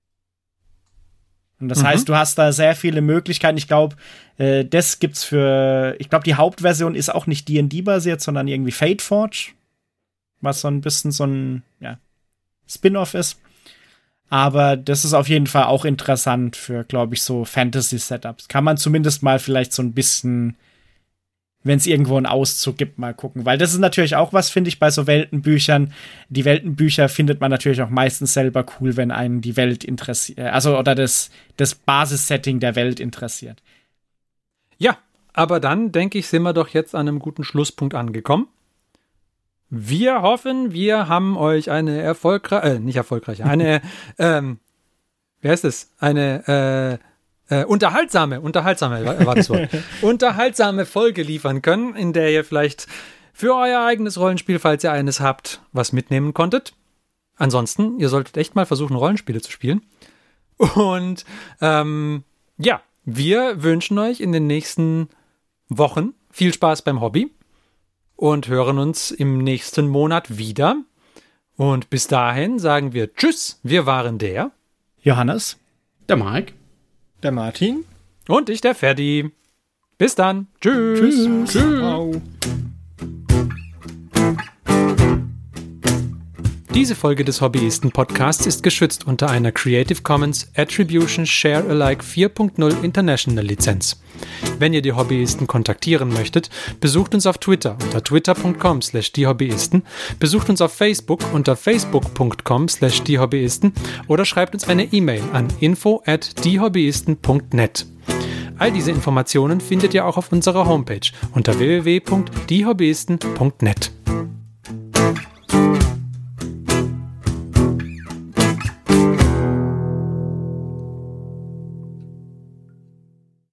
Und das heißt, du hast da sehr viele Möglichkeiten. Ich glaube, das gibt's die Hauptversion ist auch nicht D&D-basiert, sondern irgendwie Fateforge. Was so ein bisschen so ein, Spin-off ist. Aber das ist auf jeden Fall auch interessant für, glaube ich, so Fantasy-Setups. Kann man zumindest mal vielleicht so ein bisschen, wenn es irgendwo einen Auszug gibt, mal gucken. Weil das ist natürlich auch was, finde ich, bei so Weltenbüchern. Die Weltenbücher findet man natürlich auch meistens selber cool, wenn einen die Welt interessiert. Oder das Basissetting der Welt interessiert. Ja, aber dann, denke ich, sind wir doch jetzt an einem guten Schlusspunkt angekommen. Wir hoffen, wir haben euch eine unterhaltsame war das Wort, unterhaltsame Folge liefern können, in der ihr vielleicht für euer eigenes Rollenspiel, falls ihr eines habt, was mitnehmen konntet. Ansonsten, ihr solltet echt mal versuchen, Rollenspiele zu spielen. Und wir wünschen euch in den nächsten Wochen viel Spaß beim Hobby. Und hören uns im nächsten Monat wieder. Und bis dahin sagen wir Tschüss. Wir waren der Johannes, der Mike, der Martin und ich, der Ferdi. Bis dann. Tschüss. Tschüss. Diese Folge des Hobbyisten-Podcasts ist geschützt unter einer Creative Commons Attribution Share Alike 4.0 International Lizenz. Wenn ihr die Hobbyisten kontaktieren möchtet, besucht uns auf Twitter unter twitter.com/diehobbyisten, besucht uns auf Facebook unter facebook.com/diehobbyisten oder schreibt uns eine E-Mail an info@diehobbyisten.net. All diese Informationen findet ihr auch auf unserer Homepage unter www.diehobbyisten.net.